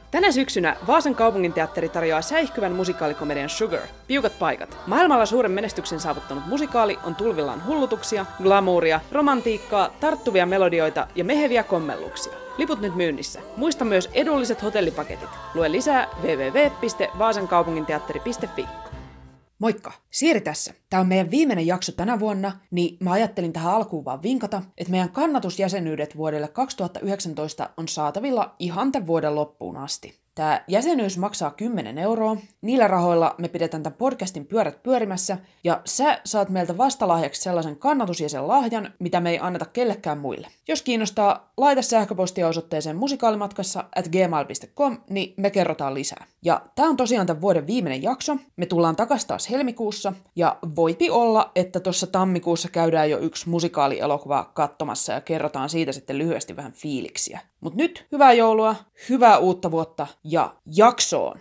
Tänä syksynä Vaasan kaupunginteatteri tarjoaa säihkyvän musikaalikomedian Sugar, Piukat paikat. Maailmalla suuren menestyksen saavuttanut musikaali on tulvillaan hullutuksia, glamouria, romantiikkaa, tarttuvia melodioita ja meheviä kommelluksia. Liput nyt myynnissä. Muista myös edulliset hotellipaketit. Lue lisää www.vaasankaupunginteatteri.fi. Moikka! Siiri tässä. Tämä on meidän viimeinen jakso tänä vuonna, niin mä ajattelin tähän alkuun vaan vinkata, että meidän kannatusjäsenyydet vuodelle 2019 on saatavilla ihan tämän vuoden loppuun asti. Tämä jäsenyys maksaa 10 €. Niillä rahoilla me pidetään tämän podcastin pyörät pyörimässä, ja sä saat meiltä vastalahjaksi sellaisen kannatusjäsen lahjan, mitä me ei anneta kellekään muille. Jos kiinnostaa, laita sähköpostia osoitteeseen musikaalimatkassa@gmail.com, niin me kerrotaan lisää. Ja tää on tosiaan tämän vuoden viimeinen jakso. Me tullaan takas taas helmikuussa, ja voipi olla, että tuossa tammikuussa käydään jo yksi musikaalielokuva katsomassa ja kerrotaan siitä sitten lyhyesti vähän fiiliksiä. Mut nyt hyvää joulua, hyvää uutta vuotta ja jaksoon!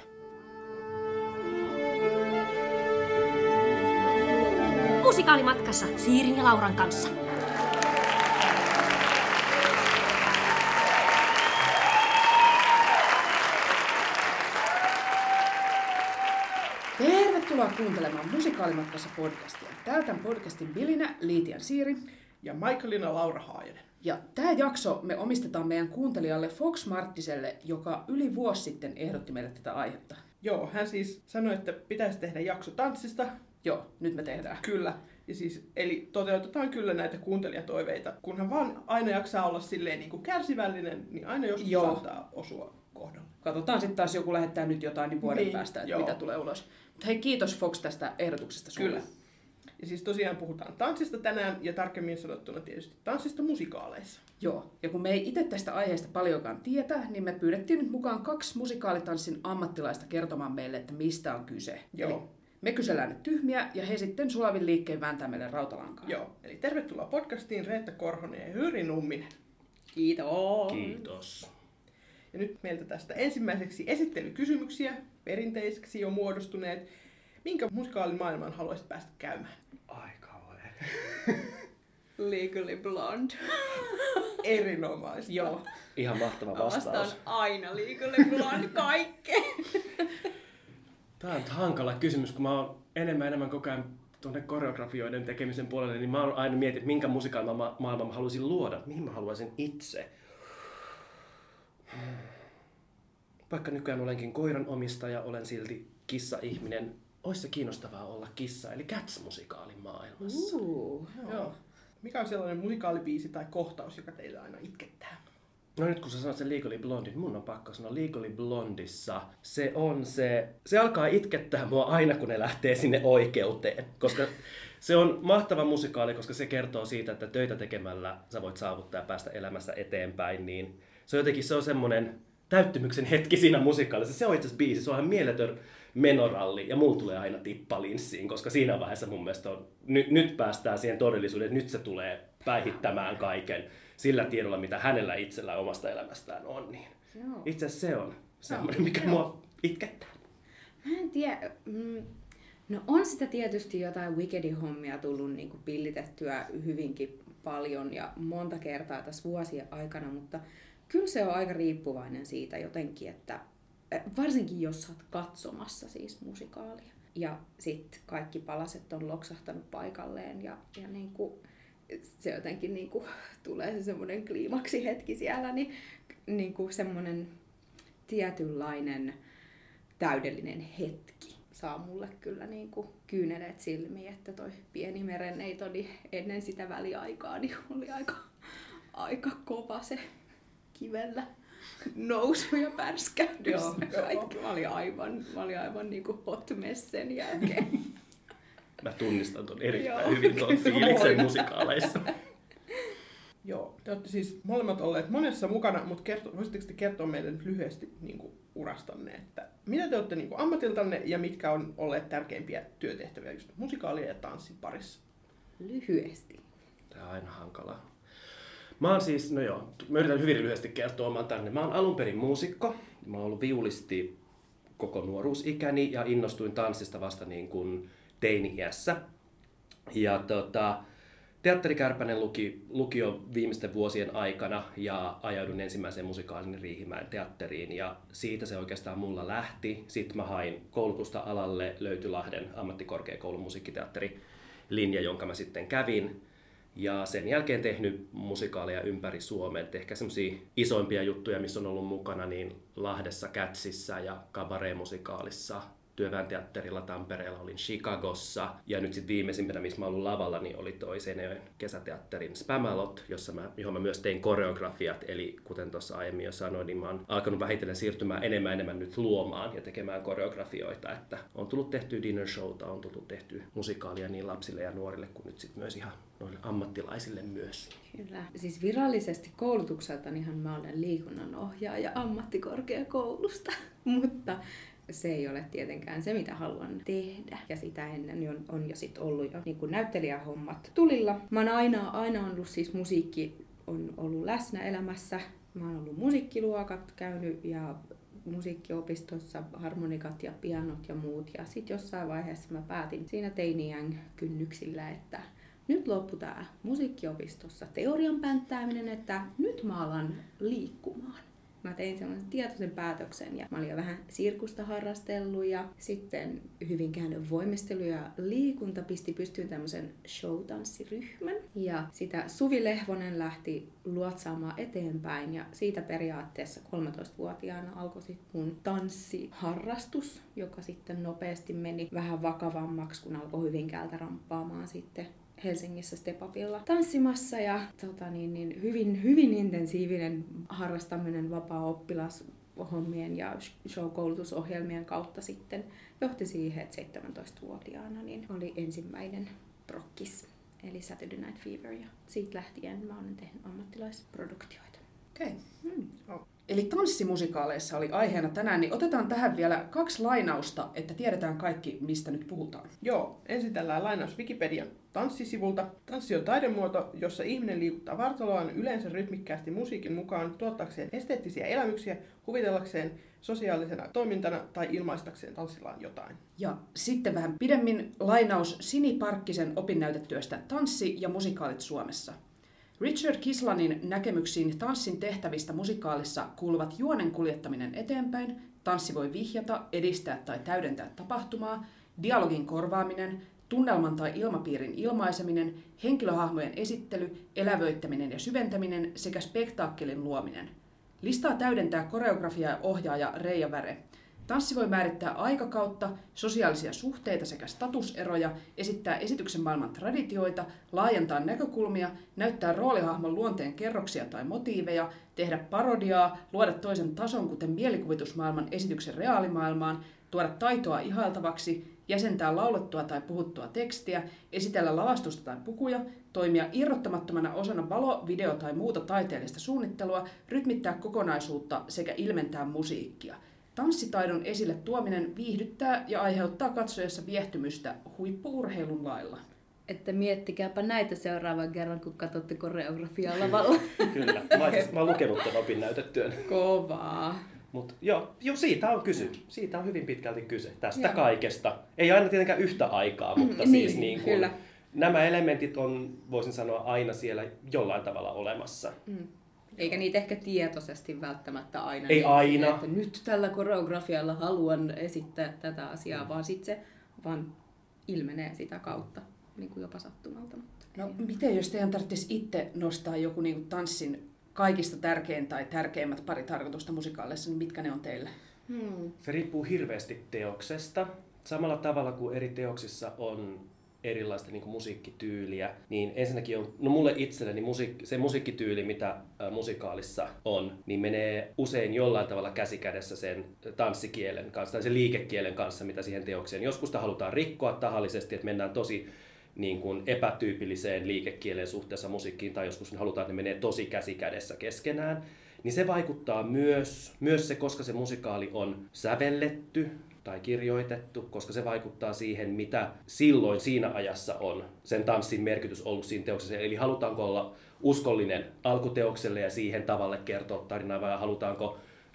Musikaalimatkassa Siirin ja Lauran kanssa. Tervetuloa kuuntelemaan Musikaalimatkassa podcastia. Täällä tämän podcastin Bilinä Liitian Siiri ja Michaelina Laura Haajanen. Ja tämä jakso me omistetaan meidän kuuntelijalle Fox Marttiselle, joka yli vuosi sitten ehdotti meille tätä aihetta. Joo, hän siis sanoi, että pitäisi tehdä jakso tanssista. Joo, nyt me tehdään. Kyllä. Ja siis, eli toteutetaan kyllä näitä kuuntelijatoiveita. Kunhan vaan aina jaksaa olla silleen niin kuin kärsivällinen, niin aina joskus saattaa osua kohdalla. Katsotaan sitten taas joku lähettää nyt jotain niin vuoden päästä, että mitä tulee ulos. Mutta hei, kiitos Fox tästä ehdotuksesta sulle. Kyllä. Ja siis tosiaan puhutaan tanssista tänään ja tarkemmin sanottuna tietysti tanssista musikaaleissa. Joo, ja kun me ei itse tästä aiheesta paljonkaan tietä, niin me pyydettiin nyt mukaan 2 musikaalitanssin ammattilaista kertomaan meille, että mistä on kyse. Joo. Eli me kysellään nyt tyhmiä ja he sitten sulavin liikkeen vääntää meille rautalankaa. Joo, eli tervetuloa podcastiin Reetta Korhonen ja Hyri Numminen. Kiitos. Kiitos. Ja nyt meiltä tästä ensimmäiseksi esittelykysymyksiä, perinteiseksi jo muodostuneet. Minkä musikaalin maailman haluaisit päästä käymään? Ai kauhean. Legally Blonde. Erinomaista. Joo. Ihan mahtava vastaus. Vastaan aina Legally Blonde kaikkeen. Tää on hankala kysymys, kun mä oon enemmän koko ajan tuonne koreografioiden tekemisen puolelle, niin mä oon aina mietin, että minkä musikaalin maailman mä haluaisin luoda, mihin mä haluaisin itse. Vaikka nykyään olenkin koiran omistaja, olen silti kissa-ihminen. Ois se kiinnostavaa olla kissa, eli Cats-musikaalin maailmassa. Joo. Mikä on sellainen musikaalibiisi tai kohtaus, joka teillä aina itkettää? No nyt kun sä sanot sen Legally Blonde, mun on pakko sanoa Legally Blondissa. Se alkaa itkettää mua aina, kun ne lähtee sinne oikeuteen. Koska se on mahtava musikaali, koska se kertoo siitä, että töitä tekemällä sä voit saavuttaa ja päästä elämässä eteenpäin. Niin se on semmonen täyttymyksen hetki siinä musikaalissa. Se on itse asiassa biisi, se on ihan mieletön menoralli ja mulla tulee aina tippa linssiin, koska siinä vaiheessa mun mielestä nyt päästään siihen todellisuuteen, että nyt se tulee päihittämään kaiken sillä tiedolla, mitä hänellä itsellään omasta elämästään on. Niin itse asiassa se on semmoinen, mikä mua itkettää. Mä en tiedä. No on sitä tietysti jotain Wickedin hommia tullut niin kuin pillitettyä hyvinkin paljon ja monta kertaa tässä vuosien aikana, mutta kyllä se on aika riippuvainen siitä jotenkin, että varsinkin jos sä oot katsomassa siis musikaalia ja sit kaikki palaset on loksahtanut paikalleen ja niinku, se jotenkin niinku, tulee se semmoinen kliimaksihetki siellä, niin niinku semmoinen tietynlainen täydellinen hetki saa mulle kyllä niinku kyyneleet silmiin, että toi Pieni merenneitoni ennen sitä väliaikaa niin oli aika kova se kivellä nousu ja pärskähdys. Joo. Kaikki. Mä olin aivan niinku hot mess sen jälkeen. Mä tunnistan ton erittäin hyvin ton fiiliksen musikaaleissa. Joo, te olette siis molemmat olleet monessa mukana, mutta voisitteko te kertoa meille nyt lyhyesti niin kuin urastanne, että mitä te olette niin kuin ammatiltanne ja mitkä on olleet tärkeimpiä työtehtäviä just musikaalien ja tanssin parissa? Lyhyesti. Tää on aina hankalaa. Mä oon siis, mä yritän hyvin lyhyesti kertoa oman tarinani. Mä oon alun perin muusikko. Mä oon ollut viulisti koko nuoruusikäni ja innostuin tanssista vasta niin kuin teini-iässä. Ja Teatterikärpänen lukio viimeisten vuosien aikana ja ajaudun ensimmäiseen musikaalin Riihimäen teatteriin ja siitä se oikeastaan mulla lähti. Sitten mä hain koulutusta alalle, löytyi Lahden ammattikorkeakoulun musiikkiteatterilinja, jonka mä sitten kävin. Ja sen jälkeen tehnyt musikaaleja ympäri Suomen. Ehkä semmoisia isoimpia juttuja, missä on ollut mukana, niin Lahdessa Catsissä ja Cabaret-musikaalissa. Työväenteatterilla Tampereella olin Chicagossa. Ja nyt sitten viimeisimpänä, missä mä ollut lavalla, niin oli toi Seinäjoen kesäteatterin Spamalot, johon mä myös tein koreografiat. Eli kuten tuossa aiemmin jo sanoin, niin mä oon alkanut vähitellen siirtymään enemmän nyt luomaan ja tekemään koreografioita. Että on tullut tehtyä dinner showta, on tullut tehtyä musikaalia niin lapsille ja nuorille kuin nyt sitten myös ihan noille ammattilaisille myös. Kyllä. Siis virallisesti koulutukseltanihan mä olen liikunnanohjaaja ammattikorkeakoulusta, mutta se ei ole tietenkään se, mitä haluan tehdä. Ja sitä ennen niin on jo sit ollut jo niin kuin näyttelijähommat tulilla. Mä oon aina ollut siis musiikki on ollut läsnä elämässä. Mä oon ollut musiikkiluokat käynyt ja musiikkiopistossa harmonikat ja pianot ja muut. Ja sit jossain vaiheessa mä päätin siinä teiniän kynnyksillä, että nyt loppui tää musiikkiopistossa teorian pänttääminen, että nyt mä alan liikkumaan. Mä tein semmoisen tietoisen päätöksen ja mä olin jo vähän sirkusta harrastellut ja sitten Hyvinkään voimistelu ja liikunta pisti pystyyn tämmöisen showtanssiryhmän. Ja sitä Suvi Lehvonen lähti luotsaamaan eteenpäin ja siitä periaatteessa 13-vuotiaana alkoi sitten mun tanssiharrastus, joka sitten nopeasti meni vähän vakavammaksi, kun alkoi Hyvinkäältä ramppaamaan sitten Helsingissä Step Upilla tanssimassa ja hyvin intensiivinen harrastaminen vapaa-oppilashommien ja show-koulutusohjelmien kautta sitten johti siihen, että 17-vuotiaana niin oli ensimmäinen prokkis, eli Saturday Night Fever, ja siitä lähtien mä olen tehnyt ammattilaisproduktioita. Okei. Eli tanssimusikaaleissa oli aiheena tänään, niin otetaan tähän vielä 2 lainausta, että tiedetään kaikki, mistä nyt puhutaan. Joo, ensin tällainen lainaus Wikipedian tanssisivulta. Tanssi on taidemuoto, jossa ihminen liikuttaa vartaloaan yleensä rytmikkäästi musiikin mukaan tuottaakseen esteettisiä elämyksiä, kuvitellakseen sosiaalisena toimintana tai ilmaistakseen tanssillaan jotain. Ja sitten vähän pidemmin lainaus Sini Parkkisen opinnäytetyöstä Tanssi ja musikaalit Suomessa. Richard Kislanin näkemyksiin tanssin tehtävistä musikaalissa kuuluvat juonen kuljettaminen eteenpäin, tanssi voi vihjata, edistää tai täydentää tapahtumaa, dialogin korvaaminen, tunnelman tai ilmapiirin ilmaiseminen, henkilöhahmojen esittely, elävöittäminen ja syventäminen sekä spektaakkelin luominen. Listaa täydentää koreografia ja ohjaaja Reija Väre. Tanssi voi määrittää aikakautta, sosiaalisia suhteita sekä statuseroja, esittää esityksen maailman traditioita, laajentaa näkökulmia, näyttää roolihahmon luonteen kerroksia tai motiiveja, tehdä parodiaa, luoda toisen tason, kuten mielikuvitusmaailman esityksen reaalimaailmaan, tuoda taitoa ihailtavaksi, jäsentää laulettua tai puhuttua tekstiä, esitellä lavastusta tai pukuja, toimia irrottamattomana osana valo-, video- tai muuta taiteellista suunnittelua, rytmittää kokonaisuutta sekä ilmentää musiikkia. Tanssitaidon esille tuominen viihdyttää ja aiheuttaa katsojassa viehtymystä huippu-urheilun lailla. Että miettikääpä näitä seuraavan kerran, kun katsotte koreografiaa lavalla. Kyllä, mä oon lukenut tämän opinnäytetyön. Kovaa. Mutta joo, siitä on kyse. Siitä on hyvin pitkälti kyse. Tästä kaikesta. Ei aina tietenkään yhtä aikaa, mutta siis niin kuin, nämä elementit on, voisin sanoa, aina siellä jollain tavalla olemassa. Eikä niitä ehkä tietoisesti välttämättä aina. Ei aina. Että nyt tällä koreografialla haluan esittää tätä asiaa, vaan sitten se vaan ilmenee sitä kautta, niin kuin jopa sattumalta. No miten jos teidän tarvitsisi itse nostaa joku niin kuin tanssin kaikista tärkein tai tärkeimmät pari tarkoitusta musikaaleissa, niin mitkä ne on teille? Se riippuu hirveästi teoksesta. Samalla tavalla kuin eri teoksissa on erilaista niin kuin musiikkityyliä, niin ensinnäkin on, no mulle itselleni se musiikkityyli, mitä musikaalissa on, niin menee usein jollain tavalla käsikädessä sen tanssikielen kanssa tai sen liikekielen kanssa, mitä siihen teokseen. Joskus sitä halutaan rikkoa tahallisesti, että mennään tosi niin kuin epätyypilliseen liikekieleen suhteessa musiikkiin, tai joskus halutaan, että ne menee tosi käsikädessä keskenään. Niin se vaikuttaa myös se, koska se musikaali on sävelletty tai kirjoitettu, koska se vaikuttaa siihen, mitä silloin siinä ajassa on sen tanssin merkitys ollut siinä teoksessa. Eli halutaanko olla uskollinen alkuteokselle ja siihen tavalle kertoa tarinaa, vai halutaanko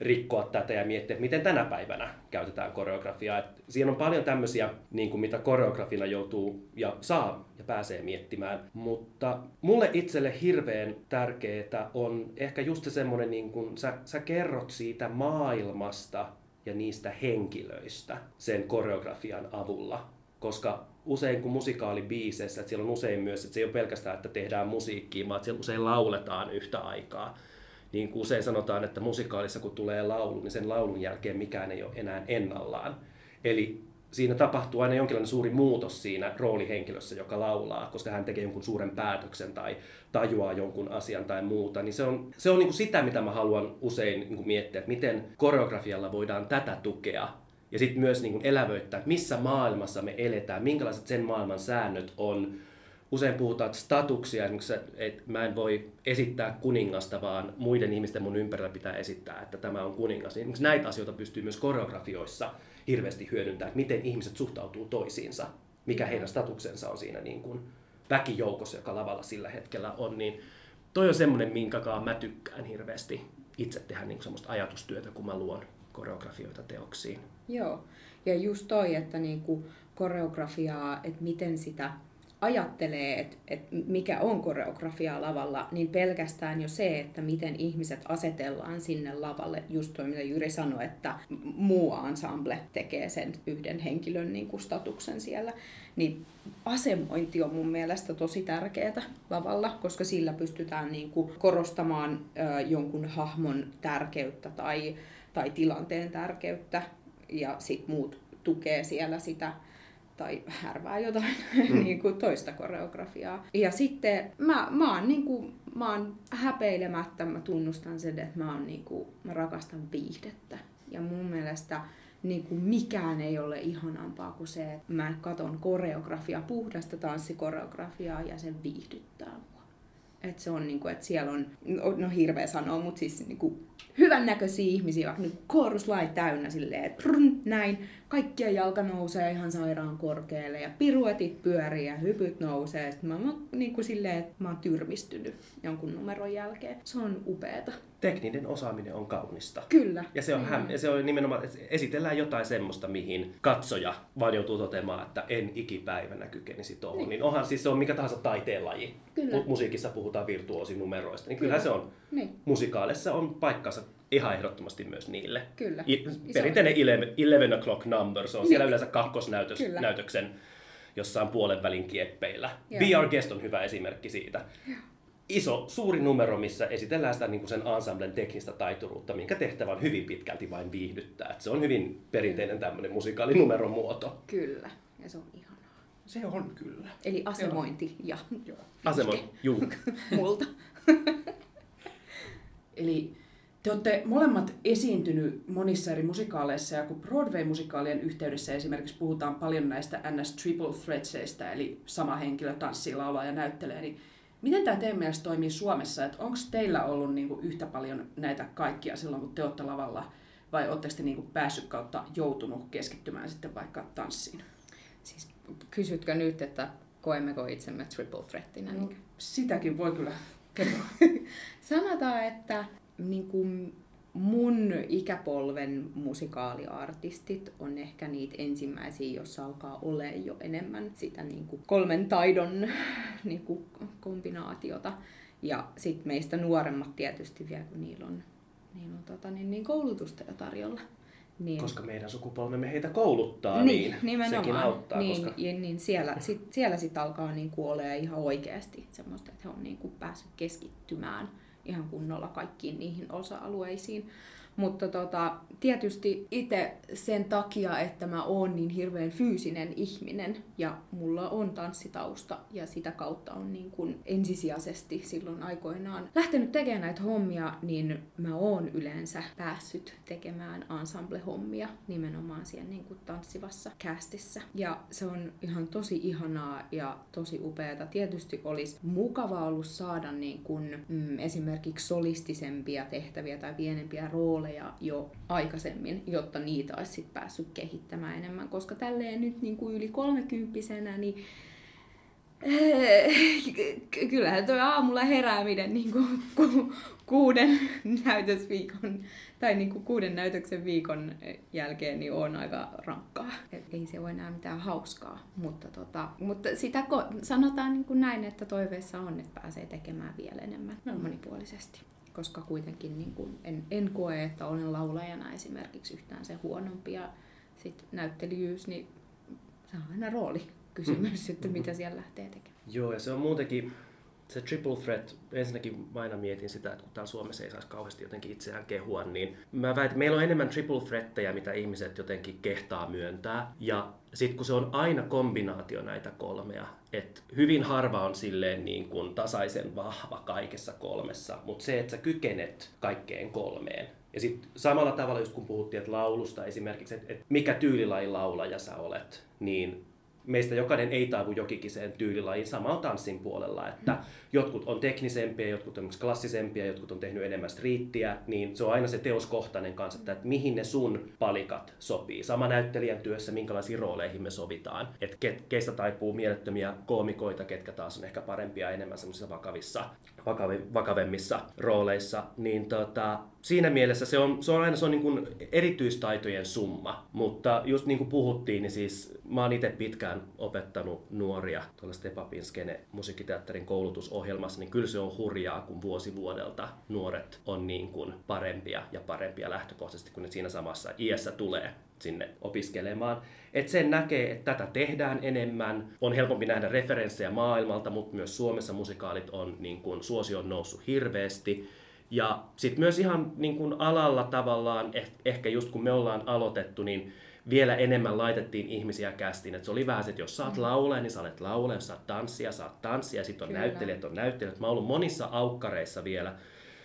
rikkoa tätä ja miettiä, että miten tänä päivänä käytetään koreografiaa. Et siinä on paljon tämmöisiä, niin kuin mitä koreografina joutuu ja saa ja pääsee miettimään. Mutta mulle itselle hirveän tärkeää on ehkä just se semmoinen, niin kuin sä kerrot siitä maailmasta ja niistä henkilöistä sen koreografian avulla. Koska usein kun musikaalibiiseissä, että siellä on usein myös, että se ei ole pelkästään, että tehdään musiikkia, vaan että siellä usein lauletaan yhtä aikaa. Niin kuin usein sanotaan, että musikaalissa kun tulee laulu, niin sen laulun jälkeen mikään ei ole enää ennallaan. Eli siinä tapahtuu aina jonkinlainen suuri muutos siinä roolihenkilössä, joka laulaa, koska hän tekee jonkun suuren päätöksen tai tajuaa jonkun asian tai muuta. Niin se on niin kuin sitä, mitä mä haluan usein niin kuin miettiä, että miten koreografialla voidaan tätä tukea. Ja sitten myös niin kuin elävöittää, että missä maailmassa me eletään, minkälaiset sen maailman säännöt on. Usein puhutaan statuksia, esimerkiksi, että mä en voi esittää kuningasta, vaan muiden ihmisten mun ympärillä pitää esittää, että tämä on kuningas. Esimerkiksi näitä asioita pystyy myös koreografioissa hirveästi hyödyntämään, että miten ihmiset suhtautuu toisiinsa, mikä heidän statuksensa on siinä niin kuin väkijoukossa, joka lavalla sillä hetkellä on. Niin toi on semmoinen, minkäkaan mä tykkään hirveästi itse tehdä niin kuin semmoista ajatustyötä, kun mä luon koreografioita teoksiin. Joo, ja just toi, että niinku koreografiaa, että miten sitä ajattelee, että mikä on koreografiaa lavalla, niin pelkästään jo se, että miten ihmiset asetellaan sinne lavalle, just toi mitä Jyri sanoi, että muu ensemble tekee sen yhden henkilön niin kuin statuksen siellä, niin asemointi on mun mielestä tosi tärkeää lavalla, koska sillä pystytään niin kuin korostamaan jonkun hahmon tärkeyttä tai tilanteen tärkeyttä, ja sit muut tukee siellä sitä tai härvää jotain niin kuin toista koreografiaa. Ja sitten mä oon häpeilemättä, mä tunnustan sen, että mä rakastan viihdettä. Ja mun mielestä niin kuin mikään ei ole ihanampaa kuin se, että mä katon koreografiaa, puhdasta tanssikoreografiaa ja se viihdyttää mua. Että se on niinku, että siellä on, no hirveä sanoa, mutta siis niinku hyvännäköisiä ihmisiä, vaikka niinku kooruslait täynnä silleen, että näin, kaikkien jalka nousee ihan sairaan korkealle ja piruetit pyörii ja hypyt nousee. Sitten mä oon niinku silleen, että mä oon tyrmistynyt jonkun numeron jälkeen. Se on upeeta. Tekninen osaaminen on kaunista. Kyllä. Ja se on nimenomaan, että esitellään jotain semmoista, mihin katsoja vaan joutuu toteamaan, että en ikipäivänä kykenisi tuohon. Niin onhan siis se on mikä tahansa taiteenlaji. Kyllä. Musiikissa puhutaan virtuoosinumeroista. Niin kyllähän se on. Niin. Musikaalissa on paikkansa ihan ehdottomasti myös niille. Kyllä. Perinteinen 11 o'clock number, se on siellä yleensä kakkosnäytöksen jossain puolen välin kieppeillä. Be Our Guest on hyvä esimerkki siitä. Suuri numero, missä esitellään sitä niin kuin sen ensemblen teknistä taituruutta, minkä tehtävä on hyvin pitkälti vain viihdyttää. Että se on hyvin perinteinen tämmöinen musikaalinumeron muoto. Kyllä, ja se on ihanaa. Se on kyllä. Eli asemointi ja asemointi, juu. Multa. Eli te olette molemmat esiintynyt monissa eri musikaaleissa, ja kun Broadway-musikaalien yhteydessä esimerkiksi puhutaan paljon näistä NS Triple Threatsista, eli sama henkilö tanssii, laulaa ja näyttelee, niin miten tämä teidän mielestä toimii Suomessa? Onko teillä ollut niinku yhtä paljon näitä kaikkia silloin, kun te olette lavalla, vai oletteko te niinku päässyt kautta joutunut keskittymään sitten vaikka tanssiin? Siis kysytkö nyt, että koemmeko itsemme triple threatinä? No, sitäkin voi kyllä kertoa. Sanotaan, että niin kuin mun ikäpolven musikaaliartistit on ehkä niitä ensimmäisiä, joissa alkaa olemaan jo enemmän sitä niin kuin 3 taidon niin kuin kombinaatiota. Ja sitten meistä nuoremmat tietysti vielä, kun niillä on koulutusta jo tarjolla. Niin. Koska meidän sukupolvemme heitä kouluttaa, niin sekin auttaa. Niin, koska niin siellä sit alkaa niinku olemaan ihan oikeasti semmoista, että he on niinku päässyt keskittymään ihan kunnolla kaikkiin niihin osa-alueisiin. Mutta tietysti itse sen takia, että mä oon niin hirveän fyysinen ihminen ja mulla on tanssitausta ja sitä kautta on niin kuin ensisijaisesti silloin aikoinaan lähtenyt tekemään näitä hommia, niin mä oon yleensä päässyt tekemään ensemble-hommia nimenomaan siellä niin kuin tanssivassa castissa. Ja se on ihan tosi ihanaa ja tosi upeata. Tietysti olisi mukava ollut saada niin kuin, esimerkiksi solistisempia tehtäviä tai pienempiä rooleja jo aikaisemmin, jotta niitä olisi sit päässyt kehittämään enemmän, koska tälleen nyt niin kuin yli 30-vuotiaana, niin Kyllähän tuo aamulla herääminen niin kuin 6 näytösviikon tai niin kuin 6 näytöksen viikon jälkeen niin on aika rankkaa. Ei se ole enää mitään hauskaa, mutta sitä sanotaan niin kuin näin, että toiveessa on, että pääsee tekemään vielä enemmän monipuolisesti. Koska kuitenkin niin kuin en koe, että olen laulajana esimerkiksi yhtään se huonompi ja sitten näyttelijyys, niin se on aina roolikysymys, että mitä siellä lähtee tekemään. Joo, ja se on muutenkin, se triple threat, ensinnäkin mä aina mietin sitä, että kun täällä Suomessa ei saisi kauheasti jotenkin itseään kehua, niin mä väitän, että meillä on enemmän triple threattejä, mitä ihmiset jotenkin kehtaa myöntää. Ja sitten kun se on aina kombinaatio näitä 3, että hyvin harva on silleen niin kuin tasaisen vahva kaikessa 3, mutta se, että sä kykenet kaikkeen 3. Ja sitten samalla tavalla, just kun puhuttiin, että laulusta esimerkiksi, että mikä tyylilajin laulaja sä olet, niin meistä jokainen ei taivu jokikiseen tyylilajiin. Sama on tanssin puolella, että jotkut on teknisempiä, jotkut on klassisempia, jotkut on tehnyt enemmän striittiä, niin se on aina se teoskohtainen kanssa, että mihin ne sun palikat sopii. Sama näyttelijän työssä, minkälaisiin rooleihin me sovitaan. Että keistä taipuu mielettömiä koomikoita, ketkä taas on ehkä parempia enemmän semmoisissa vakavemmissa rooleissa, niin siinä mielessä se on aina niin kuin erityistaitojen summa, mutta just niin kuin puhuttiin, niin siis mä oon itse pitkään opettanut nuoria tuolla Stepapin Skene musiikkiteatterin koulutusohjelmassa, niin kyllä se on hurjaa, kun vuosi vuodelta nuoret on niin kuin parempia ja parempia lähtökohtaisesti, kun ne siinä samassa iässä tulee sinne opiskelemaan. Et sen näkee, että tätä tehdään enemmän, on helpompi nähdä referenssejä maailmalta, mutta myös Suomessa musikaalit on niin kuin suosio on noussut hirveästi. Ja sitten myös ihan niin kuin alalla tavallaan, ehkä just kun me ollaan aloitettu, niin vielä enemmän laitettiin ihmisiä kästiin. Et se oli vähän se, että jos sä oot laulaja, niin sä olet laulaja, jos sä oot tanssia, ja sitten on näyttelijät. Mä oon ollut monissa aukkareissa vielä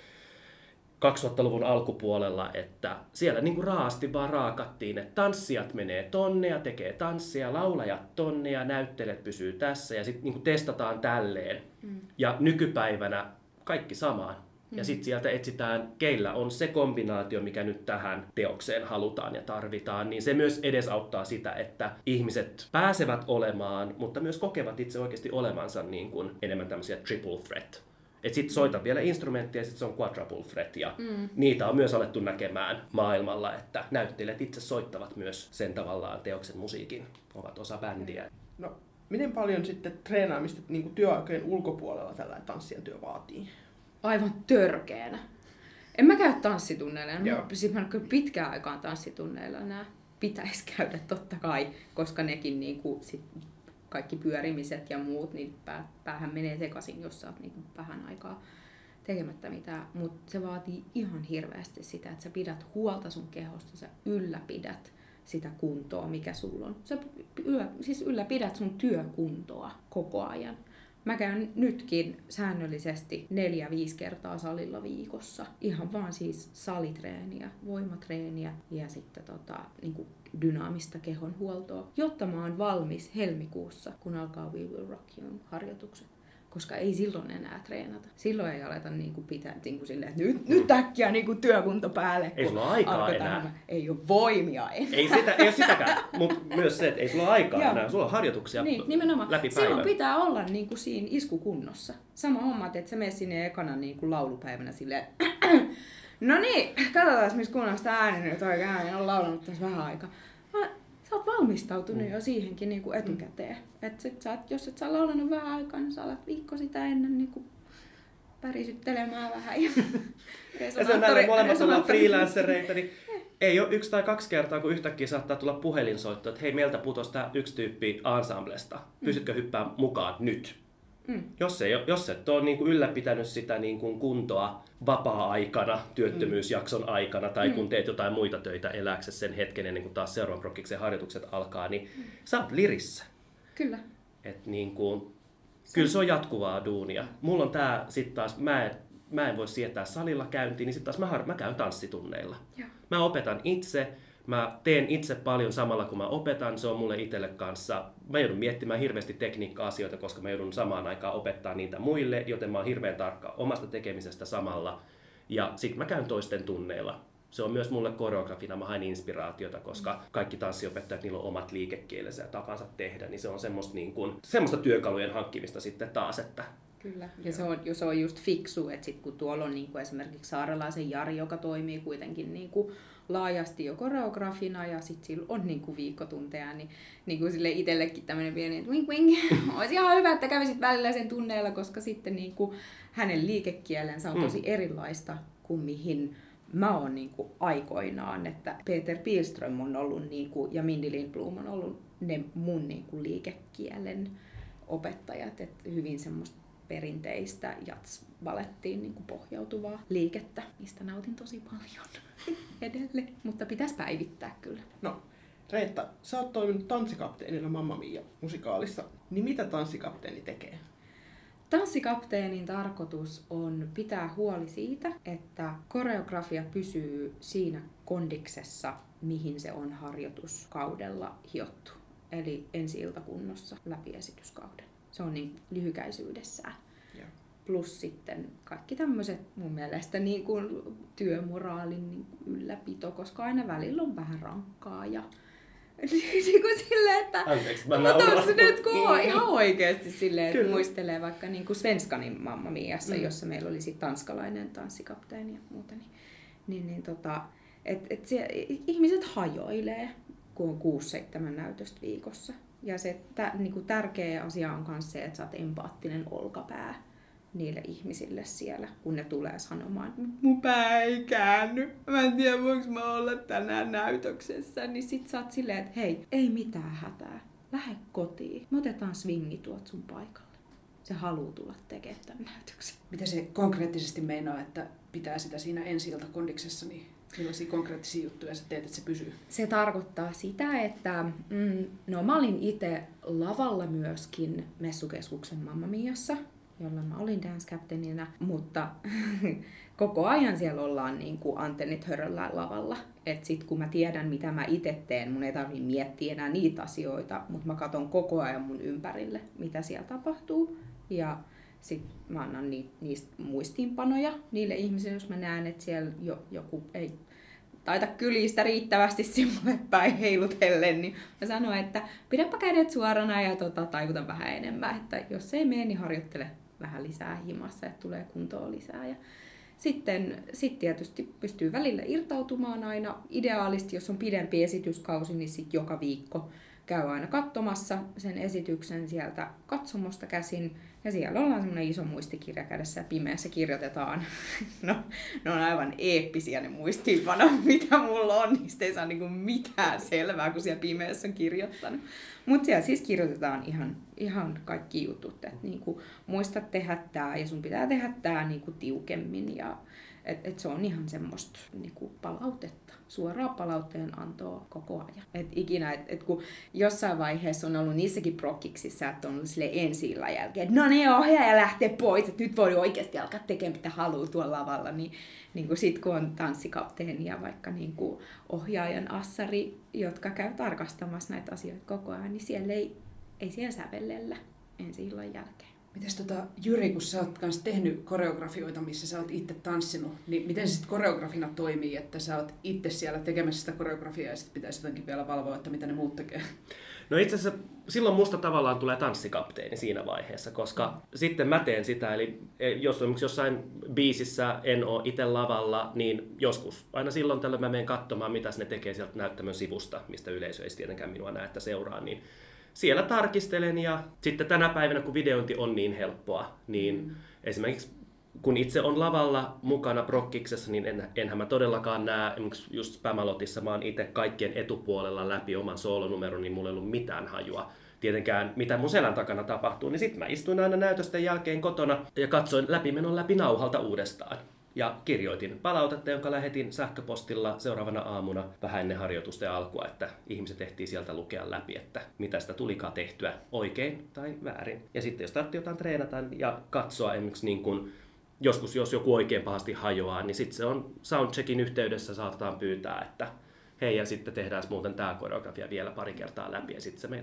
2000-luvun alkupuolella, että siellä niin kuin raasti vaan raakattiin, että tanssijat menee tonne ja tekee tanssia, laulajat tonne ja näyttelijät pysyy tässä ja sitten niin kuin testataan tälleen. Ja nykypäivänä kaikki samaan. Ja sitten sieltä etsitään, keillä on se kombinaatio, mikä nyt tähän teokseen halutaan ja tarvitaan, niin se myös edesauttaa sitä, että ihmiset pääsevät olemaan, mutta myös kokevat itse oikeasti olevansa niin kuin enemmän tämmöisiä triple threat. Että sitten soitan vielä instrumenttia ja sitten se on quadruple threat ja niitä on myös alettu näkemään maailmalla, että näyttelijät itse soittavat myös sen tavallaan teoksen musiikin, ovat osa bändiä. No, miten paljon sitten treenaamista niin kuin työaikojen ulkopuolella tällainen tanssijan työ vaatii? Aivan törkeänä. En mä käy tanssitunneilla. Siis mä kyllä pitkään aikaan tanssitunneilla nämä pitäisi käydä totta kai, koska nekin niinku sit kaikki pyörimiset ja muut, niin päähän menee sekaisin, jos sä oot niinku vähän aikaa tekemättä mitään. Mutta se vaatii ihan hirveästi sitä, että sä pidät huolta sun kehosta, sä ylläpidät sitä kuntoa, mikä sulla on. Sä siis ylläpidät sun työkuntoa koko ajan. Mä käyn nytkin säännöllisesti 4-5 kertaa salilla viikossa. Ihan vaan siis salitreeniä, voimatreeniä ja sitten niin kuin dynaamista kehonhuoltoa, jotta mä oon valmis helmikuussa, kun alkaa We Will Rock You harjoitukset. Koska ei silloin enää treenata. Silloin ei aleta niinku pitää niinku silleen, että nyt äkkiä niinku työkunto päälle. Ei sulla aikaa enää. Ei ole voimia enää. Ei ole sitäkään, mutta myös se, että ei sulla aikaa enää. Sulla on harjoituksia nimenomaan. läpi päivän. Silloin pitää olla niinku siinä iskukunnossa. Sama homma, että sä menet sinne ekana niinku laulupäivänä silleen, no niin, katsotaan missä kunnossa ääni nyt oikein ääni on laulanut tässä vähän aikaa. Sä oot valmistautunut jo siihenkin niin kuin etukäteen. Jos et sä laulannut vähän aikaa, niin sä alat viikko sitä ennen niin kuin pärisyttelemään vähän. Ja se on näillä molemmat ollaan freelancereita, niin ei ole 1 tai 2 kertaa, kun yhtäkkiä saattaa tulla puhelinsoitto, että hei, meiltä putosi tää yksi tyyppi ensemblesta. Pystytkö hyppää mukaan nyt? Jos et ole niin kuin ylläpitänyt sitä niin kuin kuntoa vapaa-aikana, työttömyysjakson aikana tai kun teet jotain muita töitä elääksesi sen hetken ennen kuin taas seuraavan prokkiksen harjoitukset alkaa, niin sä oot lirissä. Kyllä. Et niin kuin, kyllä se on jatkuvaa duunia. Mulla on tää sit taas, mä en voi sietää salilla käyntiin, niin sit taas mä käyn tanssitunneilla. Joo. Mä opetan itse. Mä teen itse paljon samalla, kun mä opetan. Se on mulle itselle kanssa. Mä joudun miettimään hirveästi tekniikka-asioita, koska mä joudun samaan aikaan opettaa niitä muille, joten mä oon hirveän tarkka omasta tekemisestä samalla. Ja sit mä käyn toisten tunneilla. se on myös mulle koreografina, mä hain inspiraatiota, koska kaikki tanssiopettajat, niillä on omat liikekielensä ja tapansa tehdä, niin se on semmoista työkalujen hankkimista sitten taas, että kyllä, ja se on just fiksu, että sit kun tuolla on niin kuin esimerkiksi Saarelaisen Jari, joka toimii kuitenkin niin kuin laajasti jo koreografina ja sitten sillä on niin kuin viikkotunteja, niin kuin sille itsellekin tämmöinen pieni, että wink wink, olisi ihan hyvä, että kävisit välillä sen tunneilla, koska sitten niin kuin hänen liikekielensä on tosi erilaista kuin mihin mä oon niin kuin aikoinaan, että Peter Pilström on ollut niin kuin, ja Mindy Lindblom on ollut ne mun niin kuin liikekielen opettajat, että hyvin semmoista perinteistä jats-balettiin niin kuin pohjautuvaa liikettä, mistä nautin tosi paljon edelleen, mutta pitäisi päivittää kyllä. No, Reetta, sä oot toiminut tanssikapteenina Mamma Mia-musikaalissa, niin mitä tanssikapteeni tekee? Tanssikapteenin tarkoitus on pitää huoli siitä, että koreografia pysyy siinä kondiksessa, mihin se on harjoituskaudella hiottu. Eli ensi-iltakunnossa läpi esityskauden. Se on niin lyhykäisyydessään. Yeah. Plus sitten kaikki tämmöiset mun mielestä niin kuin työmoraalin niin kuin ylläpito, koska aina välillä on vähän rankkaa ja niin kuin silleen, että anteeksi, mä nauran. Nyt kun ihan oikeasti silleen, että muistelee vaikka niin kuin Svenskanin Mamma Miassa, jossa meillä oli sit tanskalainen tanssikapteeni ja muuta, ihmiset hajoilee, kun on 6-7 näytöstä viikossa. Ja se niinku tärkeä asia on myös se, että sä oot empaattinen olkapää niille ihmisille siellä, kun ne tulee sanomaan, että mun pää ei käänny, mä en tiedä voinko mä olla tänään näytöksessä, niin sit sä oot silleen, että hei, ei mitään hätää, lähde kotiin, me otetaan swingi tuot sun paikalle. Se haluaa tulla tekemään tämän näytöksen. Mitä se konkreettisesti meinaa, että pitää sitä siinä ensi-iltakondiksessa, niin millaisia konkreettisia juttuja sä teet, että se pysyy? Se tarkoittaa sitä, että mä olin itse lavalla myöskin Messukeskuksen Mamma Miassa, jolla mä olin dance captainina, mutta koko ajan siellä ollaan niin kuin antennit höröllä lavalla. Et sit kun mä tiedän, mitä mä itse teen, mun ei tarvitse miettiä enää niitä asioita, mutta mä katson koko ajan mun ympärille, mitä siellä tapahtuu. Ja sitten mä annan niistä muistiinpanoja niille ihmisille, jos mä näen, että siellä joku ei taita kylistä riittävästi simulle päin heilutellen, niin mä sanon, että pidäpä kädet suorana ja taikuta vähän enemmän, että jos ei mene, niin harjoittele vähän lisää himassa, että tulee kuntoa lisää. Ja sitten tietysti pystyy välillä irtautumaan aina. Ideaalisti, jos on pidempi esityskausi, niin sitten joka viikko käy aina katsomassa sen esityksen sieltä katsomosta käsin. Ja siellä ollaan semmoinen iso muistikirja kädessä ja pimeässä kirjoitetaan. No, ne on aivan eeppisiä ne muistiinpanot, mitä mulla on. Niistä ei saa niinku mitään selvää, kun siellä pimeässä on kirjoittanut. Mutta siellä siis kirjoitetaan ihan kaikki jutut. Että niinku, muista tehdä tää ja sun pitää tehdä tää niinku tiukemmin. Ja et se on ihan semmoista niinku palautetta, suoraa palautteen antoa koko ajan. Et kun jossain vaiheessa on ollut niissäkin prokkiksissa, että on ollut ensi-illan jälkeen, että no niin, ohjaaja lähtee pois, että nyt voi oikeasti alkaa tekemään mitä haluaa tuolla lavalla, niin sit kun on tanssikapteeni ja vaikka niin kuin ohjaajan assari, jotka käy tarkastamassa näitä asioita koko ajan, niin siellä ei siellä sävellellä ensi-illan jälkeen. Mites Jyri, kun sä oot kans tehnyt koreografioita, missä sä oot itse tanssinut, niin miten se sit koreografina toimii, että sä oot itse siellä tekemässä sitä koreografiaa ja sit pitäisi jotenkin vielä valvoa, että mitä ne muut tekee? No itse asiassa silloin musta tavallaan tulee tanssikapteeni siinä vaiheessa, koska sitten mä teen sitä, eli jos jossain biisissä en ole itse lavalla, niin joskus aina silloin tällöin mä menen katsomaan, mitä ne tekee sieltä näyttämön sivusta, mistä yleisö ei tietenkään minua näe, että seuraa, niin siellä tarkistelen ja sitten tänä päivänä, kun videointi on niin helppoa, niin esimerkiksi kun itse on lavalla mukana prokkiksessa, niin enhän mä todellakaan näe, esimerkiksi just Spamalotissa mä oon itse kaikkien etupuolella läpi oman soolonumeron, niin mulla ei ollut mitään hajua. Tietenkään mitä mun selän takana tapahtuu, niin sitten mä istuin aina näytösten jälkeen kotona ja katsoin läpimenon läpi nauhalta uudestaan. Ja kirjoitin palautetta, jonka lähetin sähköpostilla seuraavana aamuna vähän ennen harjoitusten alkua, että ihmiset ehtii sieltä lukea läpi, että mitä sitä tulikaan tehtyä oikein tai väärin. Ja sitten jos tarvitsee jotain treenata ja katsoa esimerkiksi niin kun joskus jos joku oikein pahasti hajoaa, niin sitten se on soundcheckin yhteydessä saatetaan pyytää, että hei ja sitten tehdään muuten tämä koreografia vielä pari kertaa läpi ja sitten sä menet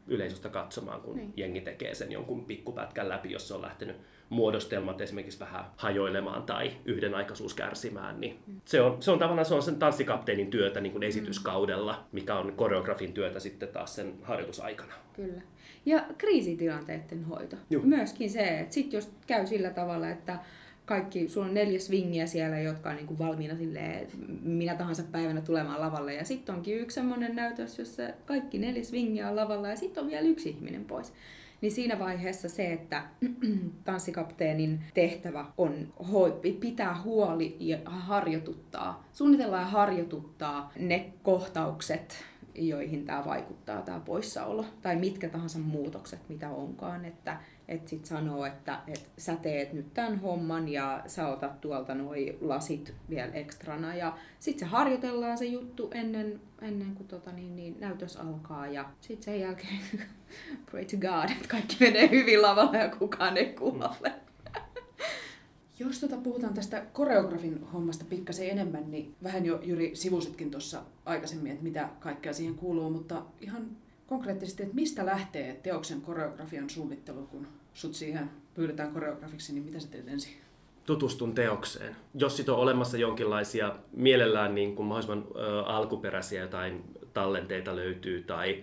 yleisöstä katsomaan, kun jengi tekee sen jonkun pikkupätkän läpi, jos se on lähtenyt muodostelmat esimerkiksi vähän hajoilemaan tai yhdenaikaisuus kärsimään. Niin se on tavallaan sen tanssikapteenin työtä niin kuin esityskaudella, mikä on koreografin työtä sitten taas sen harjoitusaikana. Kyllä. Ja kriisitilanteiden hoito. Juh. Myöskin se, että sit jos käy sillä tavalla, että sulla on 4 swingiä siellä, jotka on niin kuin valmiina silleen, minä tahansa päivänä tulemaan lavalle. Ja sitten onkin yksi semmoinen näytös, jossa kaikki 4 swingiä on lavalla ja sitten on vielä yksi ihminen pois. Niin siinä vaiheessa se, että tanssikapteenin tehtävä on pitää huoli ja suunnitella ja harjoituttaa ne kohtaukset, joihin tämä vaikuttaa, tämä poissaolo, tai mitkä tahansa muutokset, mitä onkaan, että sit sanoo, että sä teet nyt tämän homman ja sä otat tuolta noi lasit vielä ekstrana, ja sit se harjoitellaan se juttu ennen kuin näytös alkaa, ja sit sen jälkeen pray to God, että kaikki menee hyvin lavalla ja kukaan ei kuole. Jos puhutaan tästä koreografin hommasta pikkasen enemmän, niin vähän jo Jyri sivusitkin tuossa aikaisemmin, että mitä kaikkea siihen kuuluu, mutta ihan konkreettisesti, että mistä lähtee teoksen koreografian suunnittelu, kun sut siihen pyydetään koreografiksi, niin mitä sä teet ensin? Tutustun teokseen. Jos sit on olemassa jonkinlaisia, mielellään niin kuin mahdollisimman alkuperäisiä jotain tallenteita löytyy,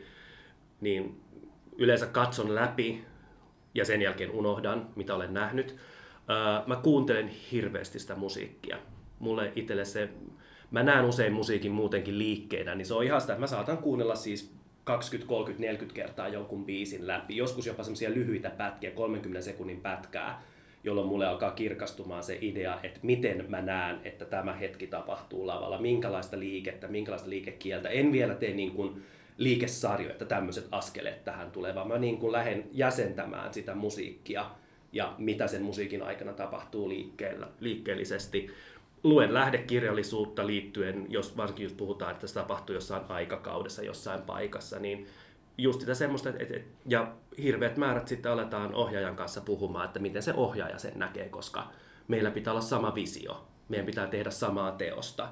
niin yleensä katson läpi ja sen jälkeen unohdan, mitä olen nähnyt. Mä kuuntelen hirveästi sitä musiikkia. Mulle itselle mä näen usein musiikin muutenkin liikkeenä, niin se on ihan sitä, että mä saatan kuunnella siis 20, 30, 40 kertaa jonkun biisin läpi. Joskus jopa semmoisia lyhyitä pätkiä, 30 sekunnin pätkää, jolloin mulle alkaa kirkastumaan se idea, että miten mä näen, että tämä hetki tapahtuu lavalla, minkälaista liikettä, minkälaista liikekieltä. En vielä tee niin kuin liikesarjoja, että tämmöiset askeleet tähän tulee, vaan mä niin kuin lähden jäsentämään sitä musiikkia ja mitä sen musiikin aikana tapahtuu liikkeellisesti. Luen lähdekirjallisuutta liittyen, varsinkin jos puhutaan, että se tapahtuu jossain aikakaudessa, jossain paikassa, niin just sitä semmoista, ja hirveät määrät sitten aletaan ohjaajan kanssa puhumaan, että miten se ohjaaja sen näkee, koska meillä pitää olla sama visio, meidän pitää tehdä samaa teosta.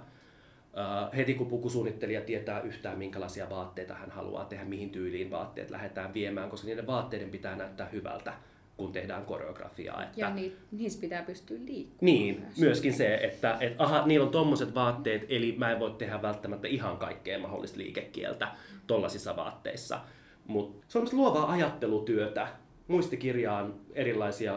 Heti kun pukusuunnittelija tietää yhtään, minkälaisia vaatteita hän haluaa tehdä, mihin tyyliin vaatteet lähdetään viemään, koska niiden vaatteiden pitää näyttää hyvältä, kun tehdään koreografiaa. Ja niissä pitää pystyä liikkumaan. Niin, myöskin se, että niillä on tommoset vaatteet, eli mä en voi tehdä välttämättä ihan kaikkea mahdollista liikekieltä tollasissa vaatteissa. Mutta se on luovaa ajattelutyötä, muistikirjaan erilaisia,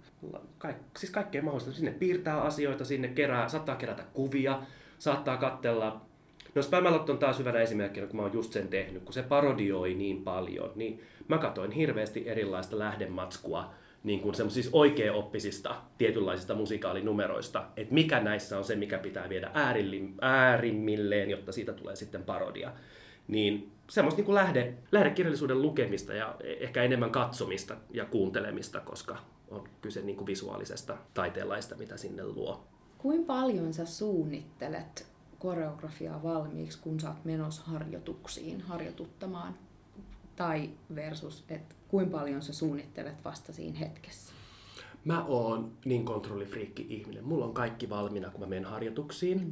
siis kaikkea mahdollista. Sinne piirtää asioita, sinne saattaa kerätä kuvia, saattaa katsella. No Spamalot on taas hyvänä esimerkkinä, kun mä oon just sen tehnyt, kun se parodioi niin paljon, niin mä katsoin hirveästi erilaista lähdematskua, niin kuin semmoisista oikeaoppisista tietynlaisista musikaalinumeroista, että mikä näissä on se, mikä pitää viedä äärimmilleen, jotta siitä tulee sitten parodia. Niin semmoista niin kuin lähdekirjallisuuden lukemista ja ehkä enemmän katsomista ja kuuntelemista, koska on kyse niin kuin visuaalisesta taiteenlaista, mitä sinne luo. Kuinka paljon sä suunnittelet koreografiaa valmiiksi, kun sä oot menossa harjoituttamaan? Tai versus, että kuinka paljon sä suunnittelet vasta siinä hetkessä? Mä oon niin kontrollifriikki ihminen. Mulla on kaikki valmiina, kun mä menen harjoituksiin.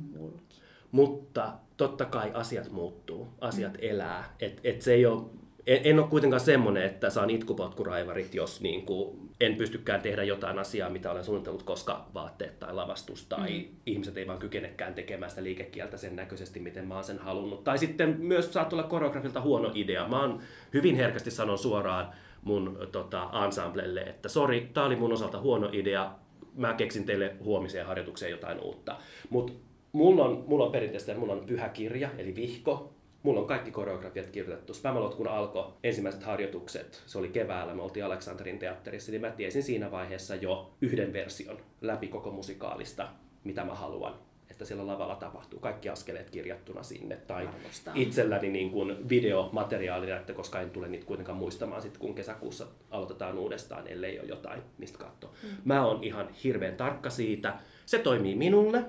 Mutta totta kai asiat muuttuu, asiat elää. Se ei ole, en ole kuitenkaan semmoinen, että saan itkupotkuraivarit, jos niin kuin en pystykään tehdä jotain asiaa, mitä olen suunnitellut, koska vaatteet tai lavastus tai ihmiset ei vaan kykenekään tekemään sitä liikekieltä sen näköisesti, miten mä oon sen halunnut. Tai sitten myös saat olla koreografilta huono idea. Mä oon hyvin herkästi sanon suoraan mun ensemblelle, että sori, tää oli mun osalta huono idea, mä keksin teille huomiseen harjoitukseen jotain uutta. Mut mulla on perinteisesti mulla on pyhä kirja, eli vihko. Mulla on kaikki koreografiat kirjoitettu. Spamalot, kun alkoi ensimmäiset harjoitukset, se oli keväällä, me oltiin Aleksanterin teatterissa, niin mä tiesin siinä vaiheessa jo yhden version läpi koko musikaalista, mitä mä haluan, että siellä lavalla tapahtuu. Kaikki askeleet kirjattuna sinne. Tai itselläni niin kuin videomateriaalina, että koska en tule niitä kuitenkaan muistamaan, sit, kun kesäkuussa aloitetaan uudestaan, ellei ole jotain, mistä katsoa. Mä oon ihan hirveän tarkka siitä. Se toimii minulle.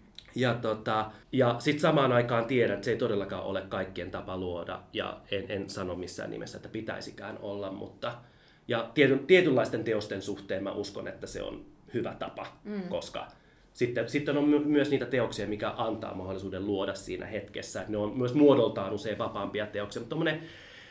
Ja sitten samaan aikaan tiedän, että se ei todellakaan ole kaikkien tapa luoda, ja en sano missään nimessä, että pitäisikään olla, mutta ja tietynlaisten teosten suhteen mä uskon, että se on hyvä tapa, koska sitten on myös niitä teoksia, mikä antaa mahdollisuuden luoda siinä hetkessä. Ne on myös muodoltaan usein vapaampia teoksia, mutta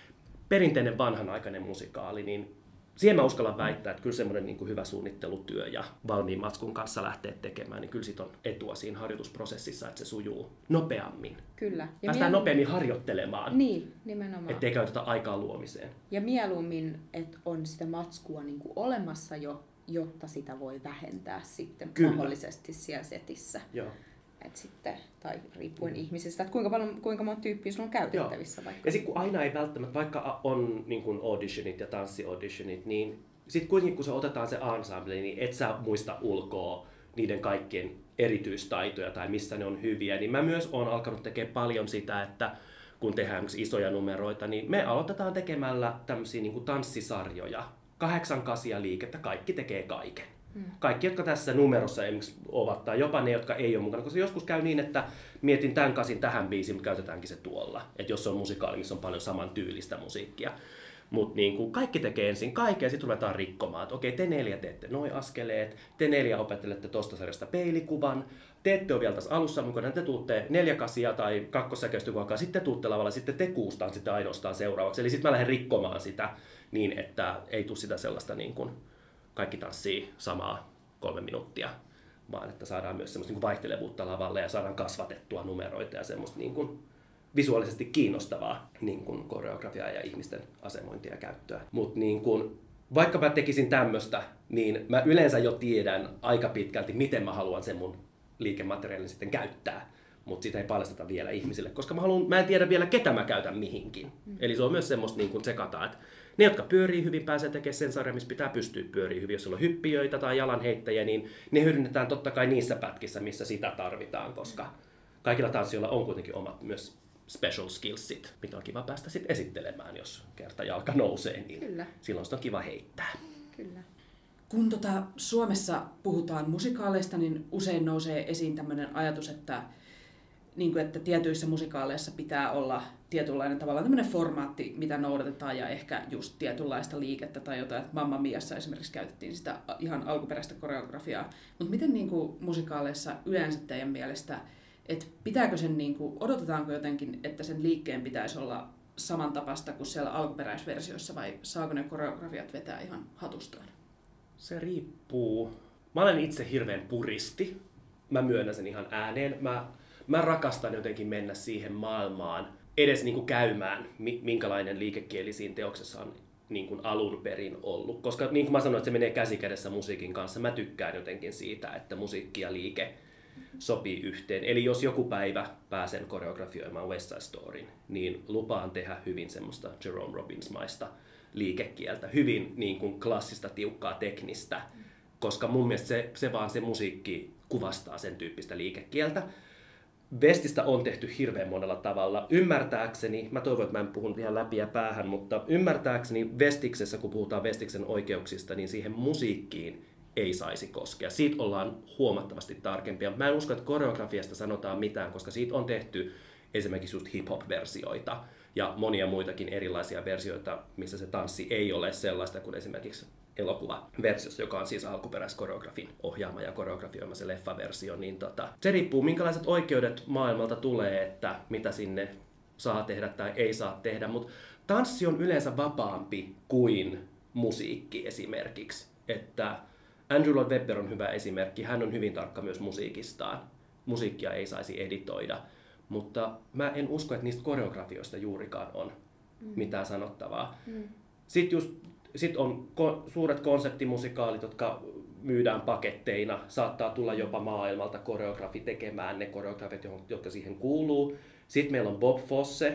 perinteinen vanhanaikainen musikaali, niin siihen mä uskallan väittää, että kyllä semmoinen niin kuin hyvä suunnittelutyö ja valmiin matskun kanssa lähteä tekemään, niin kyllä siitä on etua siinä harjoitusprosessissa, että se sujuu nopeammin. Kyllä. Ja päästään nopeammin harjoittelemaan, niin, nimenomaan. ettei käytetä aikaa luomiseen. Ja mieluummin, että on sitä matskua niin kuin olemassa jo, jotta sitä voi vähentää sitten mahdollisesti siellä setissä. Joo. Et sitten, tai riippuen ihmisistä, että kuinka monta tyyppiä sulla on käytettävissä. Vaikka. Ja sitten kun aina ei välttämättä, vaikka on niin kuin auditionit ja tanssiauditionit, niin sitten kuitenkin kun se otetaan se ensemble, niin et sä muista ulkoa niiden kaikkien erityistaitoja tai missä ne on hyviä. Niin mä myös oon alkanut tekemään paljon sitä, että kun tehdään isoja numeroita, niin me aloitetaan tekemällä tämmöisiä niin kuin tanssisarjoja. 8 kasia liikettä, kaikki tekee kaiken. Kaikki, jotka tässä numerossa esimerkiksi ovat, tai jopa ne, jotka ei ole mukana. Koska joskus käy niin, että mietin tämän kasin tähän biisiin, mutta käytetäänkin se tuolla. Että jos se on musikaali, missä on paljon saman tyylistä musiikkia. Mutta niin kaikki tekee ensin kaiken ja sitten ruvetaan rikkomaan. Että okei, te 4 teette noi askeleet, te 4 opettelette tosta sarjasta peilikuvan, te ette ole vielä tässä alussa mukana, te tuutte 4 kasia tai 2 säkeistykuvaa, sitten te tuutte lavalla, sitten te 6 sitten ainoastaan seuraavaksi. Eli sitten mä lähden rikkomaan sitä niin, että ei tule sitä sellaista niin kuin kaikki tanssii samaa 3 minuuttia, vaan että saadaan myös semmoista niin kuin vaihtelevuutta lavalle ja saadaan kasvatettua numeroita ja semmoista niin kuin visuaalisesti kiinnostavaa niin kuin koreografiaa ja ihmisten asemointia ja käyttöä. Mutta niin kuin, vaikka mä tekisin tämmöistä, niin mä yleensä jo tiedän aika pitkälti, miten mä haluan sen mun liikemateriaalin sitten käyttää. Mutta sitä ei paljasteta vielä ihmisille, koska mä en tiedä vielä, ketä mä käytän mihinkin. Eli se on myös semmoista niin kuin tsekataan, että ne, jotka pyörii hyvin, pääsee tekemään sen sarjan, missä pitää pystyä pyörii hyvin. Jos sulla on hyppijöitä tai jalanheittäjiä, niin ne hyödynnetään totta kai niissä pätkissä, missä sitä tarvitaan, koska kaikilla tanssijoilla on kuitenkin omat myös special skillsit, mitä on kiva päästä sitten esittelemään, jos kerta jalka nousee, niin Kyllä. silloin sitä on kiva heittää. Kyllä. Kun Suomessa puhutaan musikaaleista, niin usein nousee esiin tämmöinen ajatus, että tietyissä musikaaleissa pitää olla tietynlainen tavallaan tämmöinen formaatti, mitä noudatetaan ja ehkä just tietynlaista liikettä tai jotain. Mamma Miassa esimerkiksi käytettiin sitä ihan alkuperäistä koreografiaa. Mutta miten musikaaleissa yleensä teidän mielestä, että pitääkö sen, odotetaanko jotenkin, että sen liikkeen pitäisi olla samantapaista kuin siellä alkuperäisversioissa vai saako ne koreografiat vetää ihan hatustaan? Se riippuu. Mä olen itse hirveän puristi. Mä myönnän sen ihan ääneen. Mä rakastan jotenkin mennä siihen maailmaan, edes käymään, minkälainen liikekieli siinä teoksessa on alun perin ollut. Koska niin kuin mä sanoin, että se menee käsikädessä musiikin kanssa, mä tykkään jotenkin siitä, että musiikki ja liike sopii yhteen. Eli jos joku päivä pääsen koreografioimaan West Side Storyn, niin lupaan tehdä hyvin semmoista Jerome Robbins-maista liikekieltä, hyvin klassista, tiukkaa, teknistä, koska mun mielestä se musiikki kuvastaa sen tyyppistä liikekieltä. Westistä on tehty hirveän monella tavalla. Ymmärtääkseni, mä toivon, että mä en puhun ihan läpi ja päähän, mutta ymmärtääkseni Westiksessä, kun puhutaan Westiksen oikeuksista, niin siihen musiikkiin ei saisi koskea. Siitä ollaan huomattavasti tarkempia. Mä en usko, että koreografiasta sanotaan mitään, koska siitä on tehty esimerkiksi just hip-hop-versioita ja monia muitakin erilaisia versioita, missä se tanssi ei ole sellaista kuin esimerkiksi elokuvaversiossa, joka on siis alkuperäiskoreografin ohjaama ja koreografioima se leffaversio, niin se riippuu minkälaiset oikeudet maailmalta tulee, että mitä sinne saa tehdä tai ei saa tehdä, mutta tanssi on yleensä vapaampi kuin musiikki esimerkiksi, että Andrew Lloyd Webber on hyvä esimerkki, hän on hyvin tarkka myös musiikistaan, musiikkia ei saisi editoida, mutta mä en usko, että niistä koreografioista juurikaan on mitään sanottavaa. Sitten on suuret konseptimusikaalit, jotka myydään paketteina. Saattaa tulla jopa maailmalta koreografi tekemään ne koreografiat, jotka siihen kuuluu. Sitten meillä on Bob Fosse,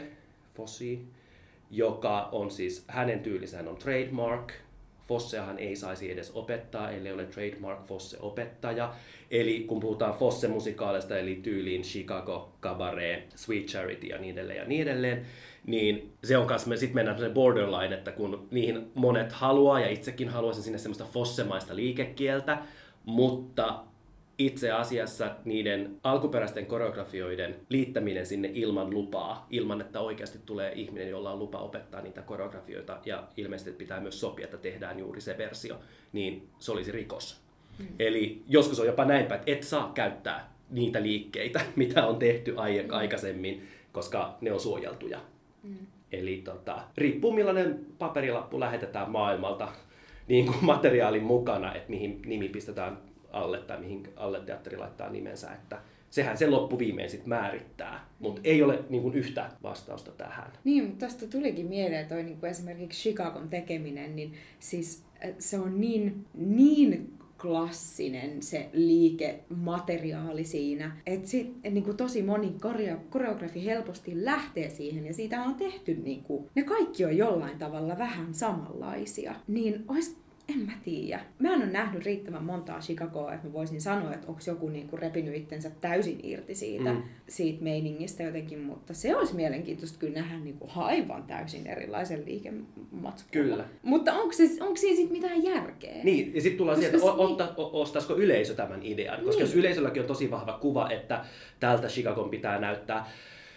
joka on siis, hänen tyylisään on trademark. Fosseahan ei saisi edes opettaa, ellei ole trademark Fosse-opettaja. Eli kun puhutaan Fosse-musikaaleista, eli tyyliin Chicago, Cabaret, Sweet Charity ja niin edelleen, niin se on kanssa, sitten mennään se borderline, että kun niihin monet haluaa, ja itsekin haluaisin sinne semmoista fossemaista liikekieltä, mutta itse asiassa niiden alkuperäisten koreografioiden liittäminen sinne ilman lupaa, ilman että oikeasti tulee ihminen, jolla on lupa opettaa niitä koreografioita, ja ilmeisesti pitää myös sopia, että tehdään juuri se versio, niin se olisi rikos. Eli joskus on jopa näinpä, että et saa käyttää niitä liikkeitä, mitä on tehty aikaisemmin, koska ne on suojeltuja. Eli riippuu millainen paperilappu lähetetään maailmalta niin kuin materiaalin mukana, että mihin nimi pistetään alle tai mihin alle teatteri laittaa nimensä, että sehän se loppuviimein sitten määrittää, mutta ei ole niin kuin yhtä vastausta tähän. Niin, mutta tästä tulikin mieleen toi niin kuin esimerkiksi Chicagon tekeminen, niin siis se on niin klassinen se liikemateriaali siinä, että niin kuin tosi moni koreografi helposti lähtee siihen ja siitä on tehty, niin kuin, ne kaikki on jollain tavalla vähän samanlaisia, niin en mä tiedä. Mä en ole nähnyt riittävän montaa Chicagoa, että mä voisin sanoa, että onko joku niinku repinyt itsensä täysin irti siitä meiningistä jotenkin, mutta se olisi mielenkiintoista kyllä nähdä niinku aivan täysin erilaisen liikematskun. Kyllä. Mutta onko siinä sitten mitään järkeä? Niin, ja sitten tullaan siihen, että ostaisiko yleisö tämän idean, koska jos yleisölläkin on tosi vahva kuva, että tältä Chicagon pitää näyttää,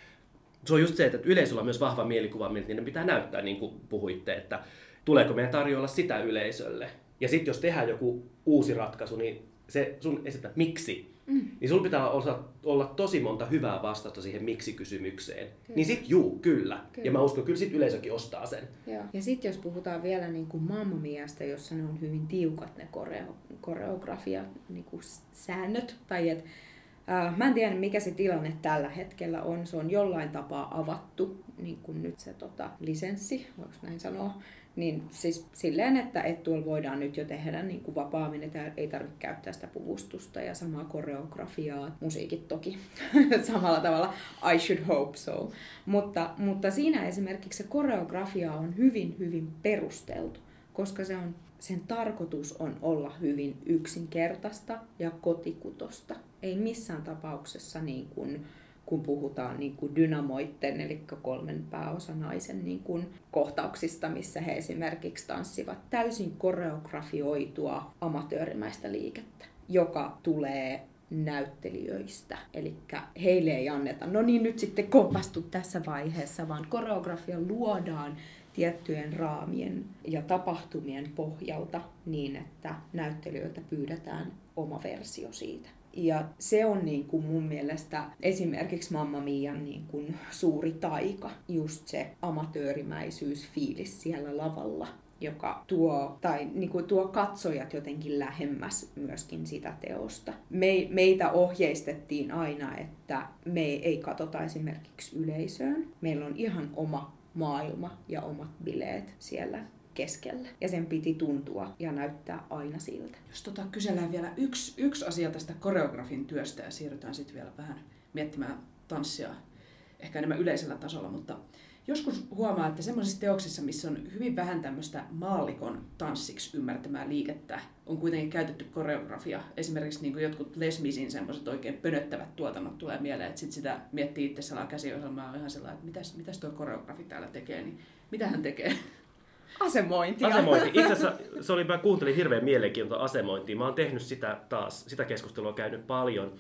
se on just se, että yleisöllä on myös vahva mielikuva, miltä niiden pitää näyttää, niin kuin puhuitte, että tuleeko meidän tarjolla sitä yleisölle. Ja sitten jos tehdään joku uusi ratkaisu, niin se sun esittää miksi. Niin sulla pitää olla tosi monta hyvää vastausta siihen miksi-kysymykseen. Kyllä. Niin sit kyllä. Ja mä uskon, kyllä sit yleisökin ostaa sen. Joo. Ja sitten jos puhutaan vielä niin kuin Mamma Miasta, jossa ne on hyvin tiukat ne koreografia niin kuin säännöt, tai et, mä en tiedä, mikä se tilanne tällä hetkellä on. Se on jollain tapaa avattu, niin kuin nyt se lisenssi, voiko näin sanoa. Niin siis silleen, että tuolla voidaan nyt jo tehdä niin kuin vapaammin, että ei tarvitse käyttää sitä puvustusta ja samaa koreografiaa, musiikit toki samalla tavalla, I should hope so. Mutta siinä esimerkiksi se koreografia on hyvin perusteltu, koska sen tarkoitus on olla hyvin yksinkertaista ja kotikutosta. Ei missään tapauksessa niin kuin kun puhutaan niin kuin dynamoitten, eli 3 pääosanaisen niin kuin kohtauksista, missä he esimerkiksi tanssivat täysin koreografioitua amatöörimäistä liikettä, joka tulee näyttelijöistä. Eli heille ei anneta, no niin nyt sitten kompastu tässä vaiheessa, vaan koreografia luodaan tiettyjen raamien ja tapahtumien pohjalta niin, että näyttelijöiltä pyydetään oma versio siitä. Ja se on niin kuin mun mielestä esimerkiksi Mamma Mian niin kuin suuri taika, just se amatöörimäisyys, fiilis siellä lavalla, joka tuo katsojat jotenkin lähemmäs myöskin sitä teosta. Meitä ohjeistettiin aina, että me ei katsota esimerkiksi yleisöön. Meillä on ihan oma maailma ja omat bileet siellä keskellä. Ja sen piti tuntua ja näyttää aina siltä. Jos kysellään vielä yksi asia tästä koreografin työstä ja siirrytään sitten vielä vähän miettimään tanssia ehkä enemmän yleisellä tasolla, mutta joskus huomaa, että semmoisissa teoksissa, missä on hyvin vähän tämmöistä maallikon tanssiksi ymmärtämää liikettä, on kuitenkin käytetty koreografia. Esimerkiksi niin kuin jotkut Les Misin semmoiset oikein pönöttävät tuotannot tulee mieleen, että sit sitä miettii itse sellainen käsiohjelmaa ihan sellainen, että mitäs tuo koreografi täällä tekee, niin mitä hän tekee? Asemointia. Itse asiassa mä kuuntelin hirveän mielenkiintoista asemointia. Mä oon tehnyt sitä keskustelua käynyt paljon.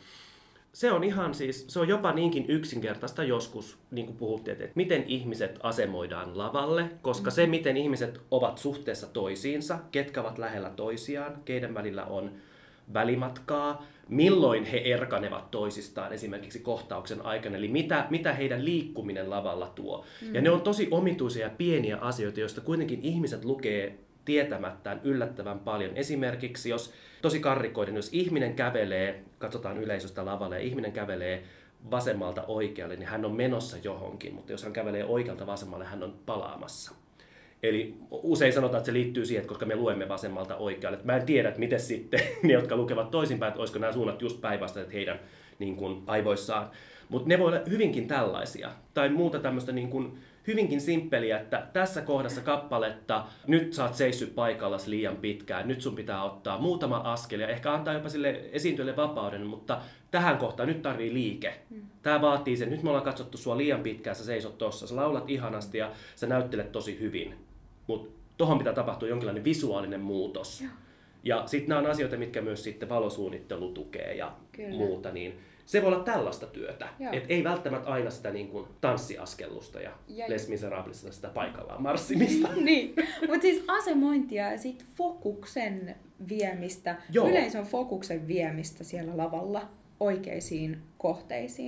Se on ihan siis, se on jopa niinkin yksinkertaista joskus, niin kuin puhuttiin, että miten ihmiset asemoidaan lavalle, koska se, miten ihmiset ovat suhteessa toisiinsa, ketkä ovat lähellä toisiaan, keiden välillä on välimatkaa, milloin he erkanevat toisistaan esimerkiksi kohtauksen aikana, eli mitä heidän liikkuminen lavalla tuo. Ja ne on tosi omituisia ja pieniä asioita, joista kuitenkin ihmiset lukee tietämättään yllättävän paljon. Esimerkiksi jos, tosi karrikoiden, jos ihminen kävelee, katsotaan yleisöstä lavalle, ja ihminen kävelee vasemmalta oikealle, niin hän on menossa johonkin, mutta jos hän kävelee oikealta vasemmalle, hän on palaamassa. Eli usein sanotaan, että se liittyy siihen, että koska me luemme vasemmalta oikealle. Mä en tiedä, että miten sitten ne, jotka lukevat toisinpäin, että olisiko nämä suunnat just päinvastaiset heidän niin kuin aivoissaan. Mutta ne voi olla hyvinkin tällaisia. Tai muuta tämmöistä niin kuin hyvinkin simppeliä, että tässä kohdassa kappaletta, nyt sä oot seissyt paikallas liian pitkään, nyt sun pitää ottaa muutama askel ja ehkä antaa jopa sille esiintyjälle vapauden, mutta tähän kohtaan nyt tarvii liike. Tää vaatii sen, nyt me ollaan katsottu sua liian pitkään, sä seisot tossa, sä laulat ihanasti ja sä näyttelet tosi hyvin. Mutta tohon pitää tapahtua jonkinlainen visuaalinen muutos. Joo. Ja sitten nämä on asioita, mitkä myös sitten valosuunnittelu tukee ja muuta. Niin se voi olla tällaista työtä. Et ei välttämättä aina sitä niin kuin tanssiaskellusta ja Les Miserablesista sitä paikallaan marssimista. Niin, mutta siis asemointia ja sitten fokuksen viemistä, yleisön fokuksen viemistä siellä lavalla oikeisiin kohteisiin.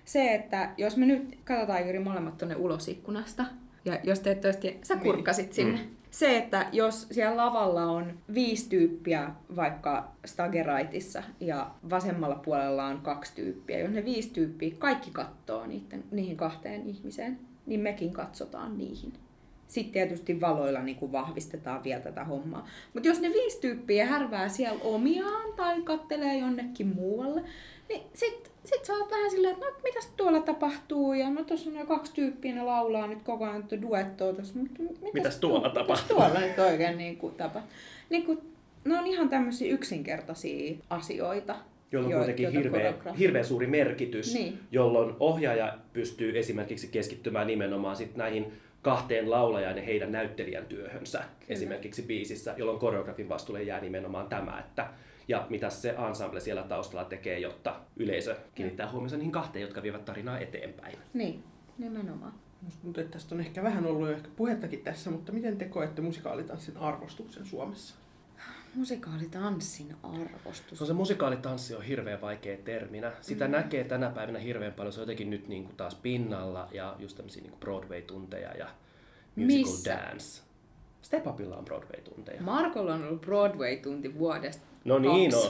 se, että jos me nyt katsotaan juuri molemmat tuonne ulos ikkunasta, ja jos tietysti sä kurkkasit sinne. Se, että jos siellä lavalla on 5 tyyppiä vaikka Stageraitissa ja vasemmalla puolella on 2 tyyppiä, jos ne 5 tyyppiä kaikki katsoo niihin 2 ihmiseen, niin mekin katsotaan niihin. Sitten tietysti valoilla niin kuin vahvistetaan vielä tätä hommaa. Mutta jos ne 5 tyyppiä härvää siellä omiaan tai kattelee jonnekin muualle, niin sit sä oot vähän silleen, että no mitäs tuolla tapahtuu, ja no tuossa on jo 2 tyyppiä, ne laulaa nyt koko ajan duettoa tuossa. Mitäs tuolla tapahtuu? Mitäs tuolla nyt oikein tapahtuu? Ne on ihan tämmöisiä yksinkertaisia asioita. Jolla on kuitenkin hirveän suuri merkitys, niin. Jolloin ohjaaja pystyy esimerkiksi keskittymään nimenomaan sit näihin 2 laulajaan ja heidän näyttelijän työhönsä. Kyllä. Esimerkiksi biisissä, jolloin koreografin vastuulle jää nimenomaan tämä, että ja mitä se ensemble siellä taustalla tekee, jotta yleisö kiinnittää huomionsa niihin 2, jotka vievät tarinaa eteenpäin. Niin, nimenomaan. Musta tuntuu, että tästä on ehkä vähän ollut jo puhettakin tässä, mutta miten te koette musikaalitanssin arvostuksen Suomessa? Musikaalitanssin arvostus? No se musikaalitanssi on hirveän vaikea terminä. Sitä näkee tänä päivänä hirveän paljon. Se on jotenkin nyt niin kuin taas pinnalla ja just tämmöisiä niin kuin Broadway-tunteja ja musical dance. Step Upilla on Broadway-tunteja. Markolla on ollut Broadway-tunti vuodesta. No niin on.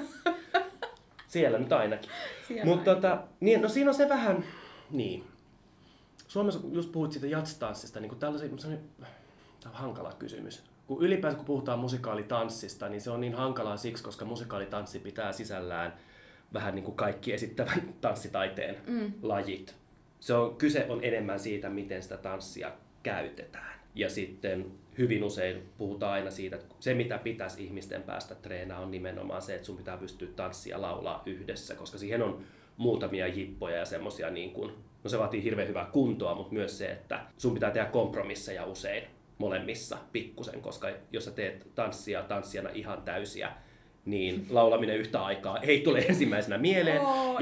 Siellä nyt ainakin. Mutta niin, no siinä on se vähän, niin. Suomessa just puhuit siitä jatstanssista, niin tämä on hankala kysymys. Ylipäänsä kun puhutaan musikaalitanssista, niin se on niin hankalaa siksi, koska musikaalitanssi pitää sisällään vähän niin kuin kaikki esittävän tanssitaiteen lajit. Kyse on enemmän siitä, miten sitä tanssia käytetään. Ja sitten hyvin usein puhutaan aina siitä, että se mitä pitäisi ihmisten päästä treenaa on nimenomaan se, että sun pitää pystyä tanssia laulaa yhdessä, koska siihen on muutamia jippoja ja semmosia niin kuin, no se vaatii hirveän hyvää kuntoa, mutta myös se, että sun pitää tehdä kompromisseja usein molemmissa pikkusen, koska jos sä teet tanssijana ihan täysiä, niin laulaminen yhtä aikaa ei tule ensimmäisenä mieleen.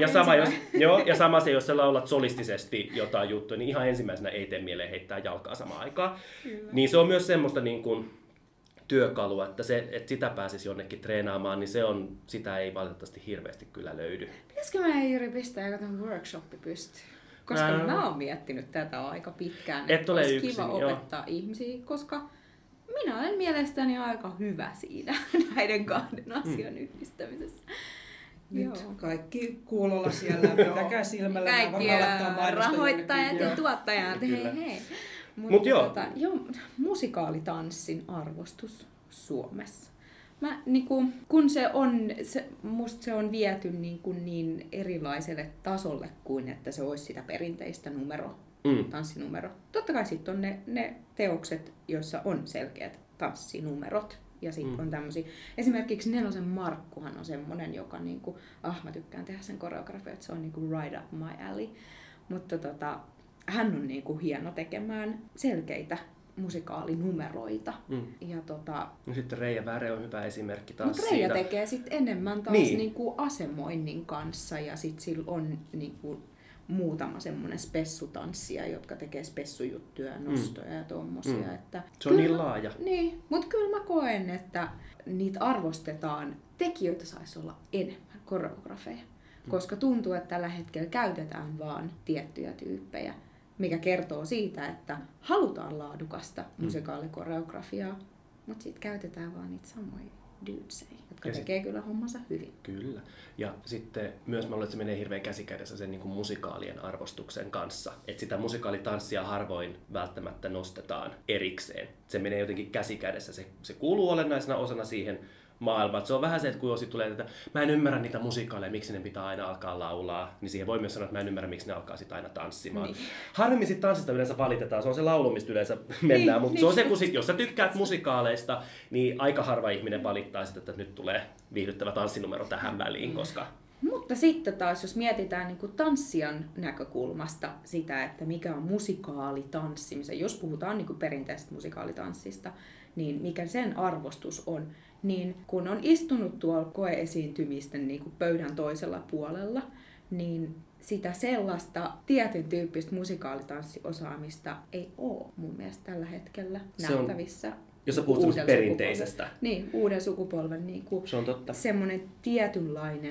Ja sama se, jos sä laulat solistisesti jotain juttua, niin ihan ensimmäisenä ei tee mieleen heittää jalkaa samaan aikaan. Kyllä. Niin se on myös semmoista niin kuin työkalua, että sitä pääsisi jonnekin treenaamaan, niin sitä ei valitettavasti hirveästi kyllä löydy. Pitäisikö mä Jyri pistää jotain workshoppi pystyyn? Koska mä oon miettinyt tätä aika pitkään, että olisi kiva opettaa ihmisiä, koska minä olen mielestäni aika hyvä siinä näiden 2 asian yhdistämisessä. Nyt kaikki kuulolla siellä, pitäkää silmällä. Kaikki rahoittajat ja tuottajat, hei. Mutta musikaalitanssin arvostus Suomessa. Kun musta se on viety niin erilaiselle tasolle kuin että se olisi sitä perinteistä tanssinumero. Totta kai sitten on ne teokset, joissa on selkeät tanssinumerot. Ja sitten on tämmöisiä, esimerkiksi Nelosen Markkuhan on semmonen, joka mä tykkään tehdä sen koreografia, että se on right up my alley. Mutta hän on hieno tekemään selkeitä musikaalinumeroita. No sitten Reija Väre on hyvä esimerkki taas siitä. Reija tekee sitten enemmän taas asemoinnin kanssa ja sitten sillä on muutama semmoinen spessutanssija, jotka tekee spessujuttuja ja nostoja ja tommosia. Että se on niin laaja. Niin, mutta kyllä mä koen, että niitä arvostetaan. Tekijöitä saisi olla enemmän, koreografeja. Koska tuntuu, että tällä hetkellä käytetään vaan tiettyjä tyyppejä, mikä kertoo siitä, että halutaan laadukasta musikaalikoreografiaa, mutta sitten käytetään vaan niitä samoja dudesei, jotka tekee kyllä hommansa hyvin. Kyllä. Ja sitten myös mä luulen, että se menee hirveän käsikädessä sen niin kuin musikaalien arvostuksen kanssa. Että sitä musikaalitanssia harvoin välttämättä nostetaan erikseen. Se menee jotenkin käsikädessä. Se kuuluu olennaisena osana siihen maailmaan. Se on vähän se, että kun tulee, että mä en ymmärrä niitä musikaaleja, miksi ne pitää aina alkaa laulaa, niin siihen voi myös sanoa, että mä en ymmärrä, miksi ne alkaa sitten aina tanssimaan. Niin. Harvemmin sit tanssista yleensä valitetaan, se on se laulu, mistä yleensä mennään, mutta se on se, kun jos sä tykkäät musikaaleista, niin aika harva ihminen valittaa sitä, että nyt tulee viihdyttävä tanssinumero tähän väliin, koska... Mutta sitten taas, jos mietitään niin kuin tanssijan näkökulmasta sitä, että mikä on musikaalitanssimiseen, jos puhutaan niin kuin perinteisestä musikaalitanssista, niin mikä sen arvostus on, niin kun on istunut tuolla koeesiintymisten niin kuin pöydän toisella puolella, niin sitä sellaista tietyn tyyppistä musikaalitансsiosaamista ei ole mun mielestä tällä hetkellä nähtävissä. Jos sä puhut perinteisestä. Niin, uuden sukupolven niin kuin se on totta. Semmoinen tietynlainen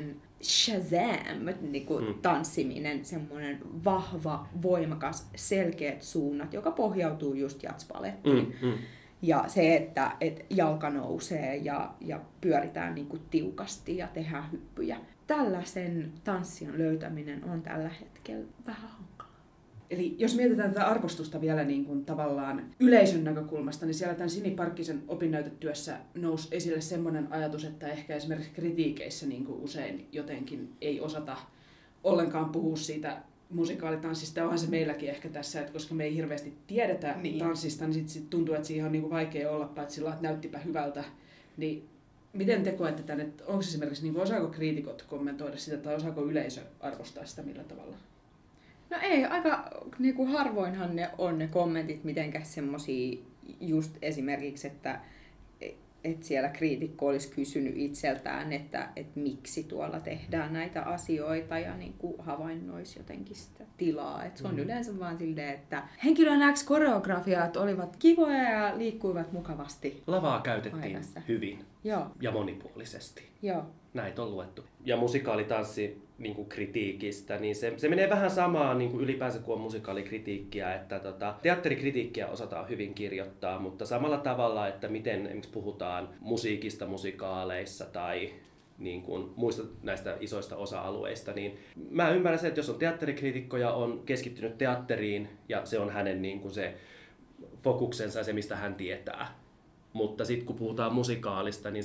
Shazam, niinku tanssiminen, semmoinen vahva, voimakas, selkeät suunnat, joka pohjautuu just jazzbalettiin. Ja se, että jalka nousee ja pyöritään niinku tiukasti ja tehdään hyppyjä. Tällaisen tanssijan löytäminen on tällä hetkellä vähän hankalaa. Eli jos mietitään tätä arvostusta vielä niin kuin tavallaan yleisön näkökulmasta, niin siellä tämän Sini Parkkisen opinnäytetyössä nousi esille semmoinen ajatus, että ehkä esimerkiksi kritiikeissä niin kuin usein jotenkin ei osata ollenkaan puhua siitä musikaalitanssista. Onhan se meilläkin ehkä tässä, että koska me ei hirveästi tiedetä tanssista, niin sit tuntuu, että siihen on niin kuin vaikea olla, paitsi sillä että näyttipä hyvältä. Niin miten te koette tämän, että onko esimerkiksi, niin kuin, osaako kriitikot kommentoida sitä tai osaako yleisö arvostaa sitä millä tavalla? No ei, aika niinku harvoinhan ne on ne kommentit mitenkäs semmosia just esimerkiksi, että siellä kriitikko olisi kysynyt itseltään, että miksi tuolla tehdään näitä asioita ja niinku havainnoisi jotenkin sitä tilaa. Et se on yleensä vaan silleen, että henkilön X-koreografiat olivat kivoja ja liikkuivat mukavasti. Lavaa käytettiin paikassa hyvin Joo. ja monipuolisesti. Joo. Näitä on luettu. Ja musikaalitanssi niin kuin kritiikistä, niin se menee vähän samaan niin kuin ylipäänsä kuin on musikaalikritiikkiä, että teatterikritiikkiä osataan hyvin kirjoittaa, mutta samalla tavalla, että miten esimerkiksi puhutaan musiikista musikaaleissa tai niin kuin muista näistä isoista osa-alueista, niin mä ymmärrän sen, että jos on teatterikriitikkoja, on keskittynyt teatteriin ja se on hänen niin kuin se fokuksensa ja se, mistä hän tietää. Mutta sitten kun puhutaan musikaalista, niin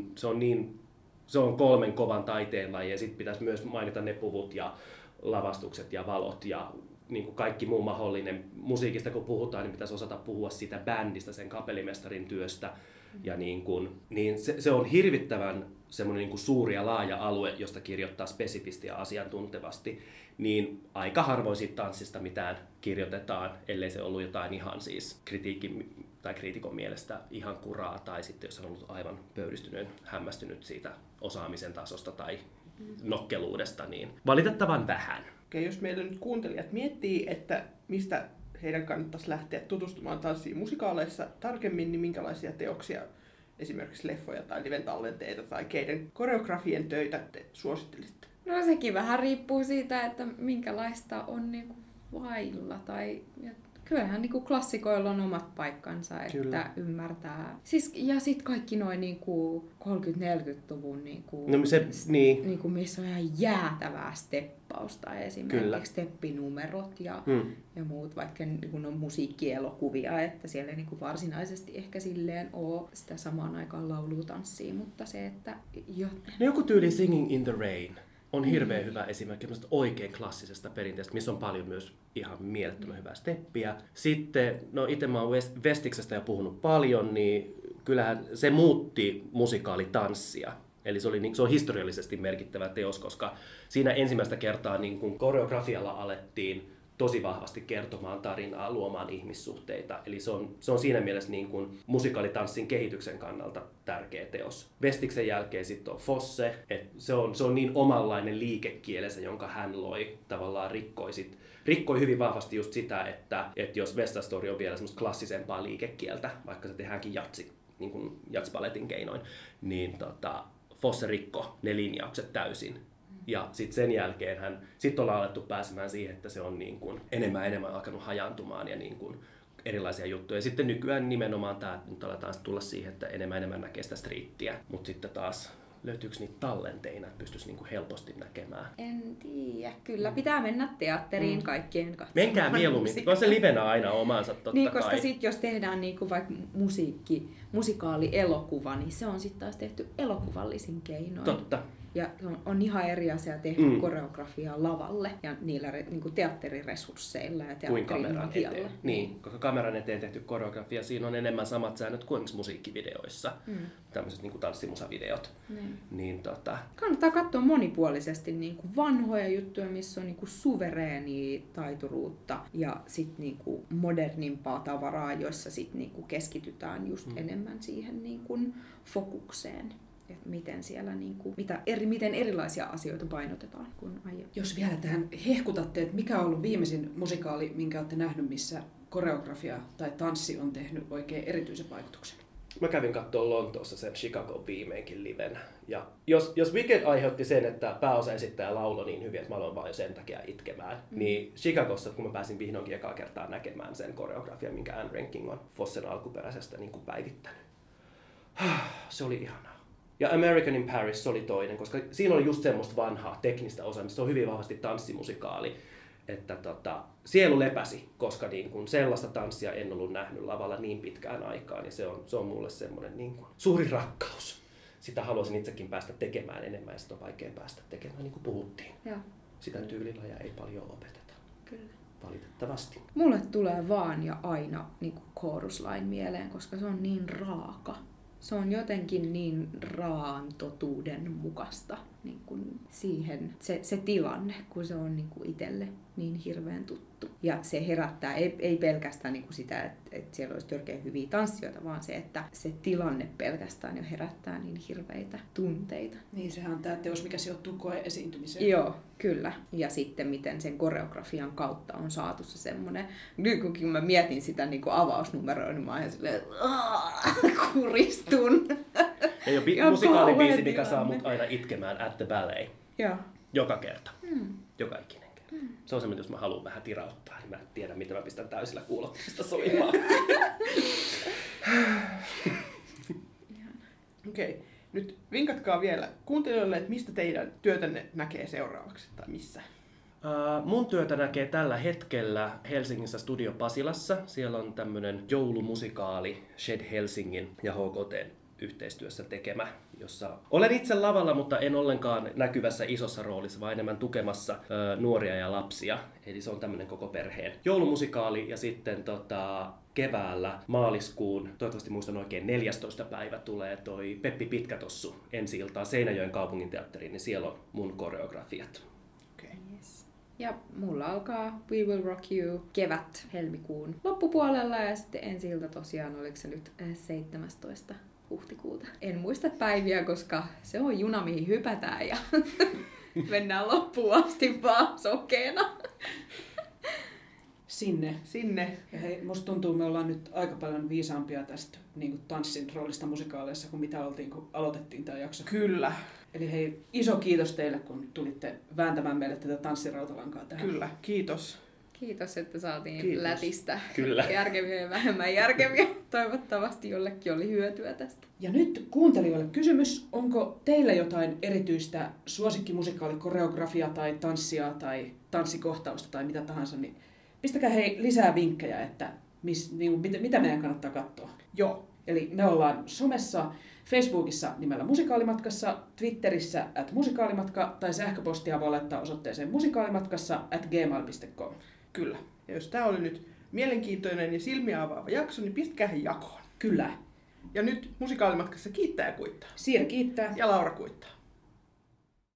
se on 3 kovan taiteen laji ja sitten pitäisi myös mainita ne puvut ja lavastukset ja valot ja niin kuin kaikki muu mahdollinen. Musiikista kun puhutaan, niin pitäisi osata puhua siitä bändistä, sen kapellimestarin työstä. Ja niin se on hirvittävän semmoinen niin kuin suuri ja laaja alue, josta kirjoittaa spesifisti ja asiantuntevasti. Niin aika harvoin siitä tanssista mitään kirjoitetaan, ellei se ollut jotain ihan siis kriitikon mielestä ihan kuraa, tai sitten jos on ollut aivan pöydistyneen, hämmästynyt siitä osaamisen tasosta tai nokkeluudesta, niin valitettavan vähän. Okei, jos meillä nyt kuuntelijat miettii, että mistä heidän kannattaisi lähteä tutustumaan tanssiin musikaaleissa tarkemmin, niin minkälaisia teoksia, esimerkiksi leffoja tai live-tallenteita tai keiden koreografien töitä te suosittelisitte? No sekin vähän riippuu siitä, että minkälaista on niinku vailla tai kyllähän niinku klassikoilla on omat paikkansa, että ymmärtää. Siis, ja sitten kaikki noin niinku 30-40-luvun niinku, niinku, missä on ihan jäätävää steppausta, esimerkiksi steppinumerot ja muut, vaikka niinku on musiikkielokuvia, että siellä ei niinku varsinaisesti ehkä silleen ole sitä samaan aikaan laulutanssia, mutta se, että No joku tyyli Singing in the Rain on hirveän hyvä esimerkki oikein klassisesta perinteestä, missä on paljon myös ihan mielettömän hyvää steppiä. Sitten, no itse mä oon Vestiksestä jo puhunut paljon, niin kyllähän se muutti musikaalitanssia. Eli se on historiallisesti merkittävä teos, koska siinä ensimmäistä kertaa niin kun koreografialla alettiin tosi vahvasti kertomaan tarinaa, luomaan ihmissuhteita. Eli se on siinä mielessä niin kuin musikaalitanssin kehityksen kannalta tärkeä teos. Vestiksen jälkeen sitten on Fosse. Se on niin omanlainen liikekielensä, jonka hän loi, tavallaan rikkoi hyvin vahvasti just sitä, että jos Vestastori on vielä semmoista klassisempaa liikekieltä, vaikka se tehdäänkin niin kuin jazzballetin keinoin, niin Fosse rikko ne linjaukset täysin. Ja sitten sen jälkeen sitten ollaan alettu pääsemään siihen, että se on niin kuin enemmän alkanut hajaantumaan ja niin kuin erilaisia juttuja. Ja sitten nykyään nimenomaan nyt aletaan tulla siihen, että enemmän näkee sitä striittiä. Mutta sitten taas löytyykö niitä tallenteina, että pystyisi niin kuin helposti näkemään? En tiedä. Kyllä pitää mennä teatteriin kaikkien katsomaan. Menkää mieluummin, on se livenä aina omansa totta niin, kai. Koska sitten jos tehdään niinku vaikka musikaalielokuva, niin se on sitten taas tehty elokuvallisin keinoin. Totta. Ja on ihan eri asia tehdä koreografiaa lavalle ja niillä niinku teatteriresursseilla ja teatterimagialla. Niin, koska kameran eteen tehty koreografia, siinä on enemmän samat säännöt kuin musiikkivideoissa. Tämmöiset niinku tanssimusavideot. Niin, kannattaa katsoa monipuolisesti niinku vanhoja juttuja, missä on niinku suvereenia taituruutta ja sit niinku modernimpaa tavaraa, joissa sit niinku keskitytään just enemmän siihen niinku fokukseen. Miten siellä miten erilaisia asioita painotetaan kuin aiemmin. Jos vielä tähän hehkutatte, että mikä on ollut viimeisin musikaali, minkä olette nähnyt, missä koreografia tai tanssi on tehnyt oikein erityisen vaikutuksen? Mä kävin katsoa Lontoossa sen Chicago viimeinkin livenä. Ja jos Wicked aiheutti sen, että pääosa esittäjä lauloi niin hyvin, että mä aloin vaan jo sen takia itkemään, niin Chicagossa, kun mä pääsin vihdoinkin ekaa kertaa näkemään sen koreografian, minkä Anne Ranking on Fossen alkuperäisestä niin kuin päivittänyt. Se oli ihanaa. Ja American in Paris oli toinen, koska siinä oli just semmoista vanhaa teknistä osaamista. Se on hyvin vahvasti tanssimusikaali. Että sielu lepäsi, koska niin kun sellaista tanssia en ollut nähnyt lavalla niin pitkään aikaan. Ja se on mulle semmoinen niin kun suuri rakkaus. Sitä haluaisin itsekin päästä tekemään enemmän ja sitä on vaikea päästä tekemään, niin kuin puhuttiin. Joo. Sitä tyylilajia ei paljon opeteta. Kyllä. Valitettavasti. Mulle tulee vaan ja aina niin kuin Chorus Line mieleen, koska se on niin raaka. Se on jotenkin niin raan totuuden mukaista niin kuin siihen, se tilanne, kun se on niin kuin itselle niin hirveän tuttu. Ja se herättää, ei pelkästään niin kuin sitä, että siellä olisi törkeän hyviä tanssijoita, vaan se, että se tilanne pelkästään jo herättää niin hirveitä tunteita. Niin, sehän on tämä teos, mikä sijoittuu koe-esiintymiseen. Joo, kyllä. Ja sitten miten sen koreografian kautta on saatu se semmoinen, nyt kun mä mietin sitä niin kuin avausnumeroa, niin mä oon silleen, kuristun. Ja musikaalibiisi, mikä saa mut aina itkemään At the Ballet. Joo. Joka kerta. Joka ikinen kerta. Se on semmoinen, jos mä haluan vähän tirauttaa, niin mä en tiedä, mitä mä pistän täysillä kuulokkeista soimaan. Okei. Nyt vinkatkaa vielä kuuntelijoille, että mistä teidän työtänne näkee seuraavaksi tai missä. Mun työtä näkee tällä hetkellä Helsingissä Studio Pasilassa. Siellä on tämmönen joulumusikaali Shed Helsingin ja HKT:n yhteistyössä tekemä, jossa olen itse lavalla, mutta en ollenkaan näkyvässä isossa roolissa, vaan enemmän tukemassa nuoria ja lapsia. Eli se on tämmönen koko perheen joulumusikaali ja sitten keväällä maaliskuun, toivottavasti muistan oikein, 14. päivä tulee toi Peppi Pitkätossu ensi-iltaan Seinäjoen kaupunginteatteriin, niin siellä on mun koreografiat. Okay. Yes. Ja mulla alkaa We Will Rock You kevät helmikuun loppupuolella ja sitten ensi-ilta tosiaan, oliko se nyt 17. huhtikuuta. En muista päiviä, koska se on juna, mihin hypätään ja mennään loppuun asti vaan sokeena. Sinne. Ja hei, musta tuntuu, me ollaan nyt aika paljon viisaampia tästä niin kuin tanssin roolista musikaaleissa kuin mitä oltiin, kun aloitettiin tämä jakso. Kyllä. Eli hei, iso kiitos teille, kun tulitte vääntämään meille tätä tanssirautalankaa tähän. Kyllä, kiitos. Kiitos, että saatiin lätistä Kyllä. järkeviä ja vähemmän järkeviä. Toivottavasti jollekin oli hyötyä tästä. Ja nyt kuuntelijoille kysymys, onko teillä jotain erityistä suosikkimusikaalikoreografiaa tai tanssia tai tanssikohtausta tai mitä tahansa, niin pistäkää hei lisää vinkkejä, että mitä meidän kannattaa katsoa. Joo. Eli me ollaan somessa, Facebookissa nimellä Musikaalimatkassa, Twitterissä @musikaalimatka tai sähköpostia voi laittaa osoitteeseen musikaalimatkassa@gmail.com. Kyllä. Ja jos tämä oli nyt mielenkiintoinen ja silmiä avaava jakso, niin pistäkää he jakoon. Kyllä. Ja nyt Musikaalimatkassa kiittää ja kuittaa. Siiri kiittää. Ja Laura kuittaa.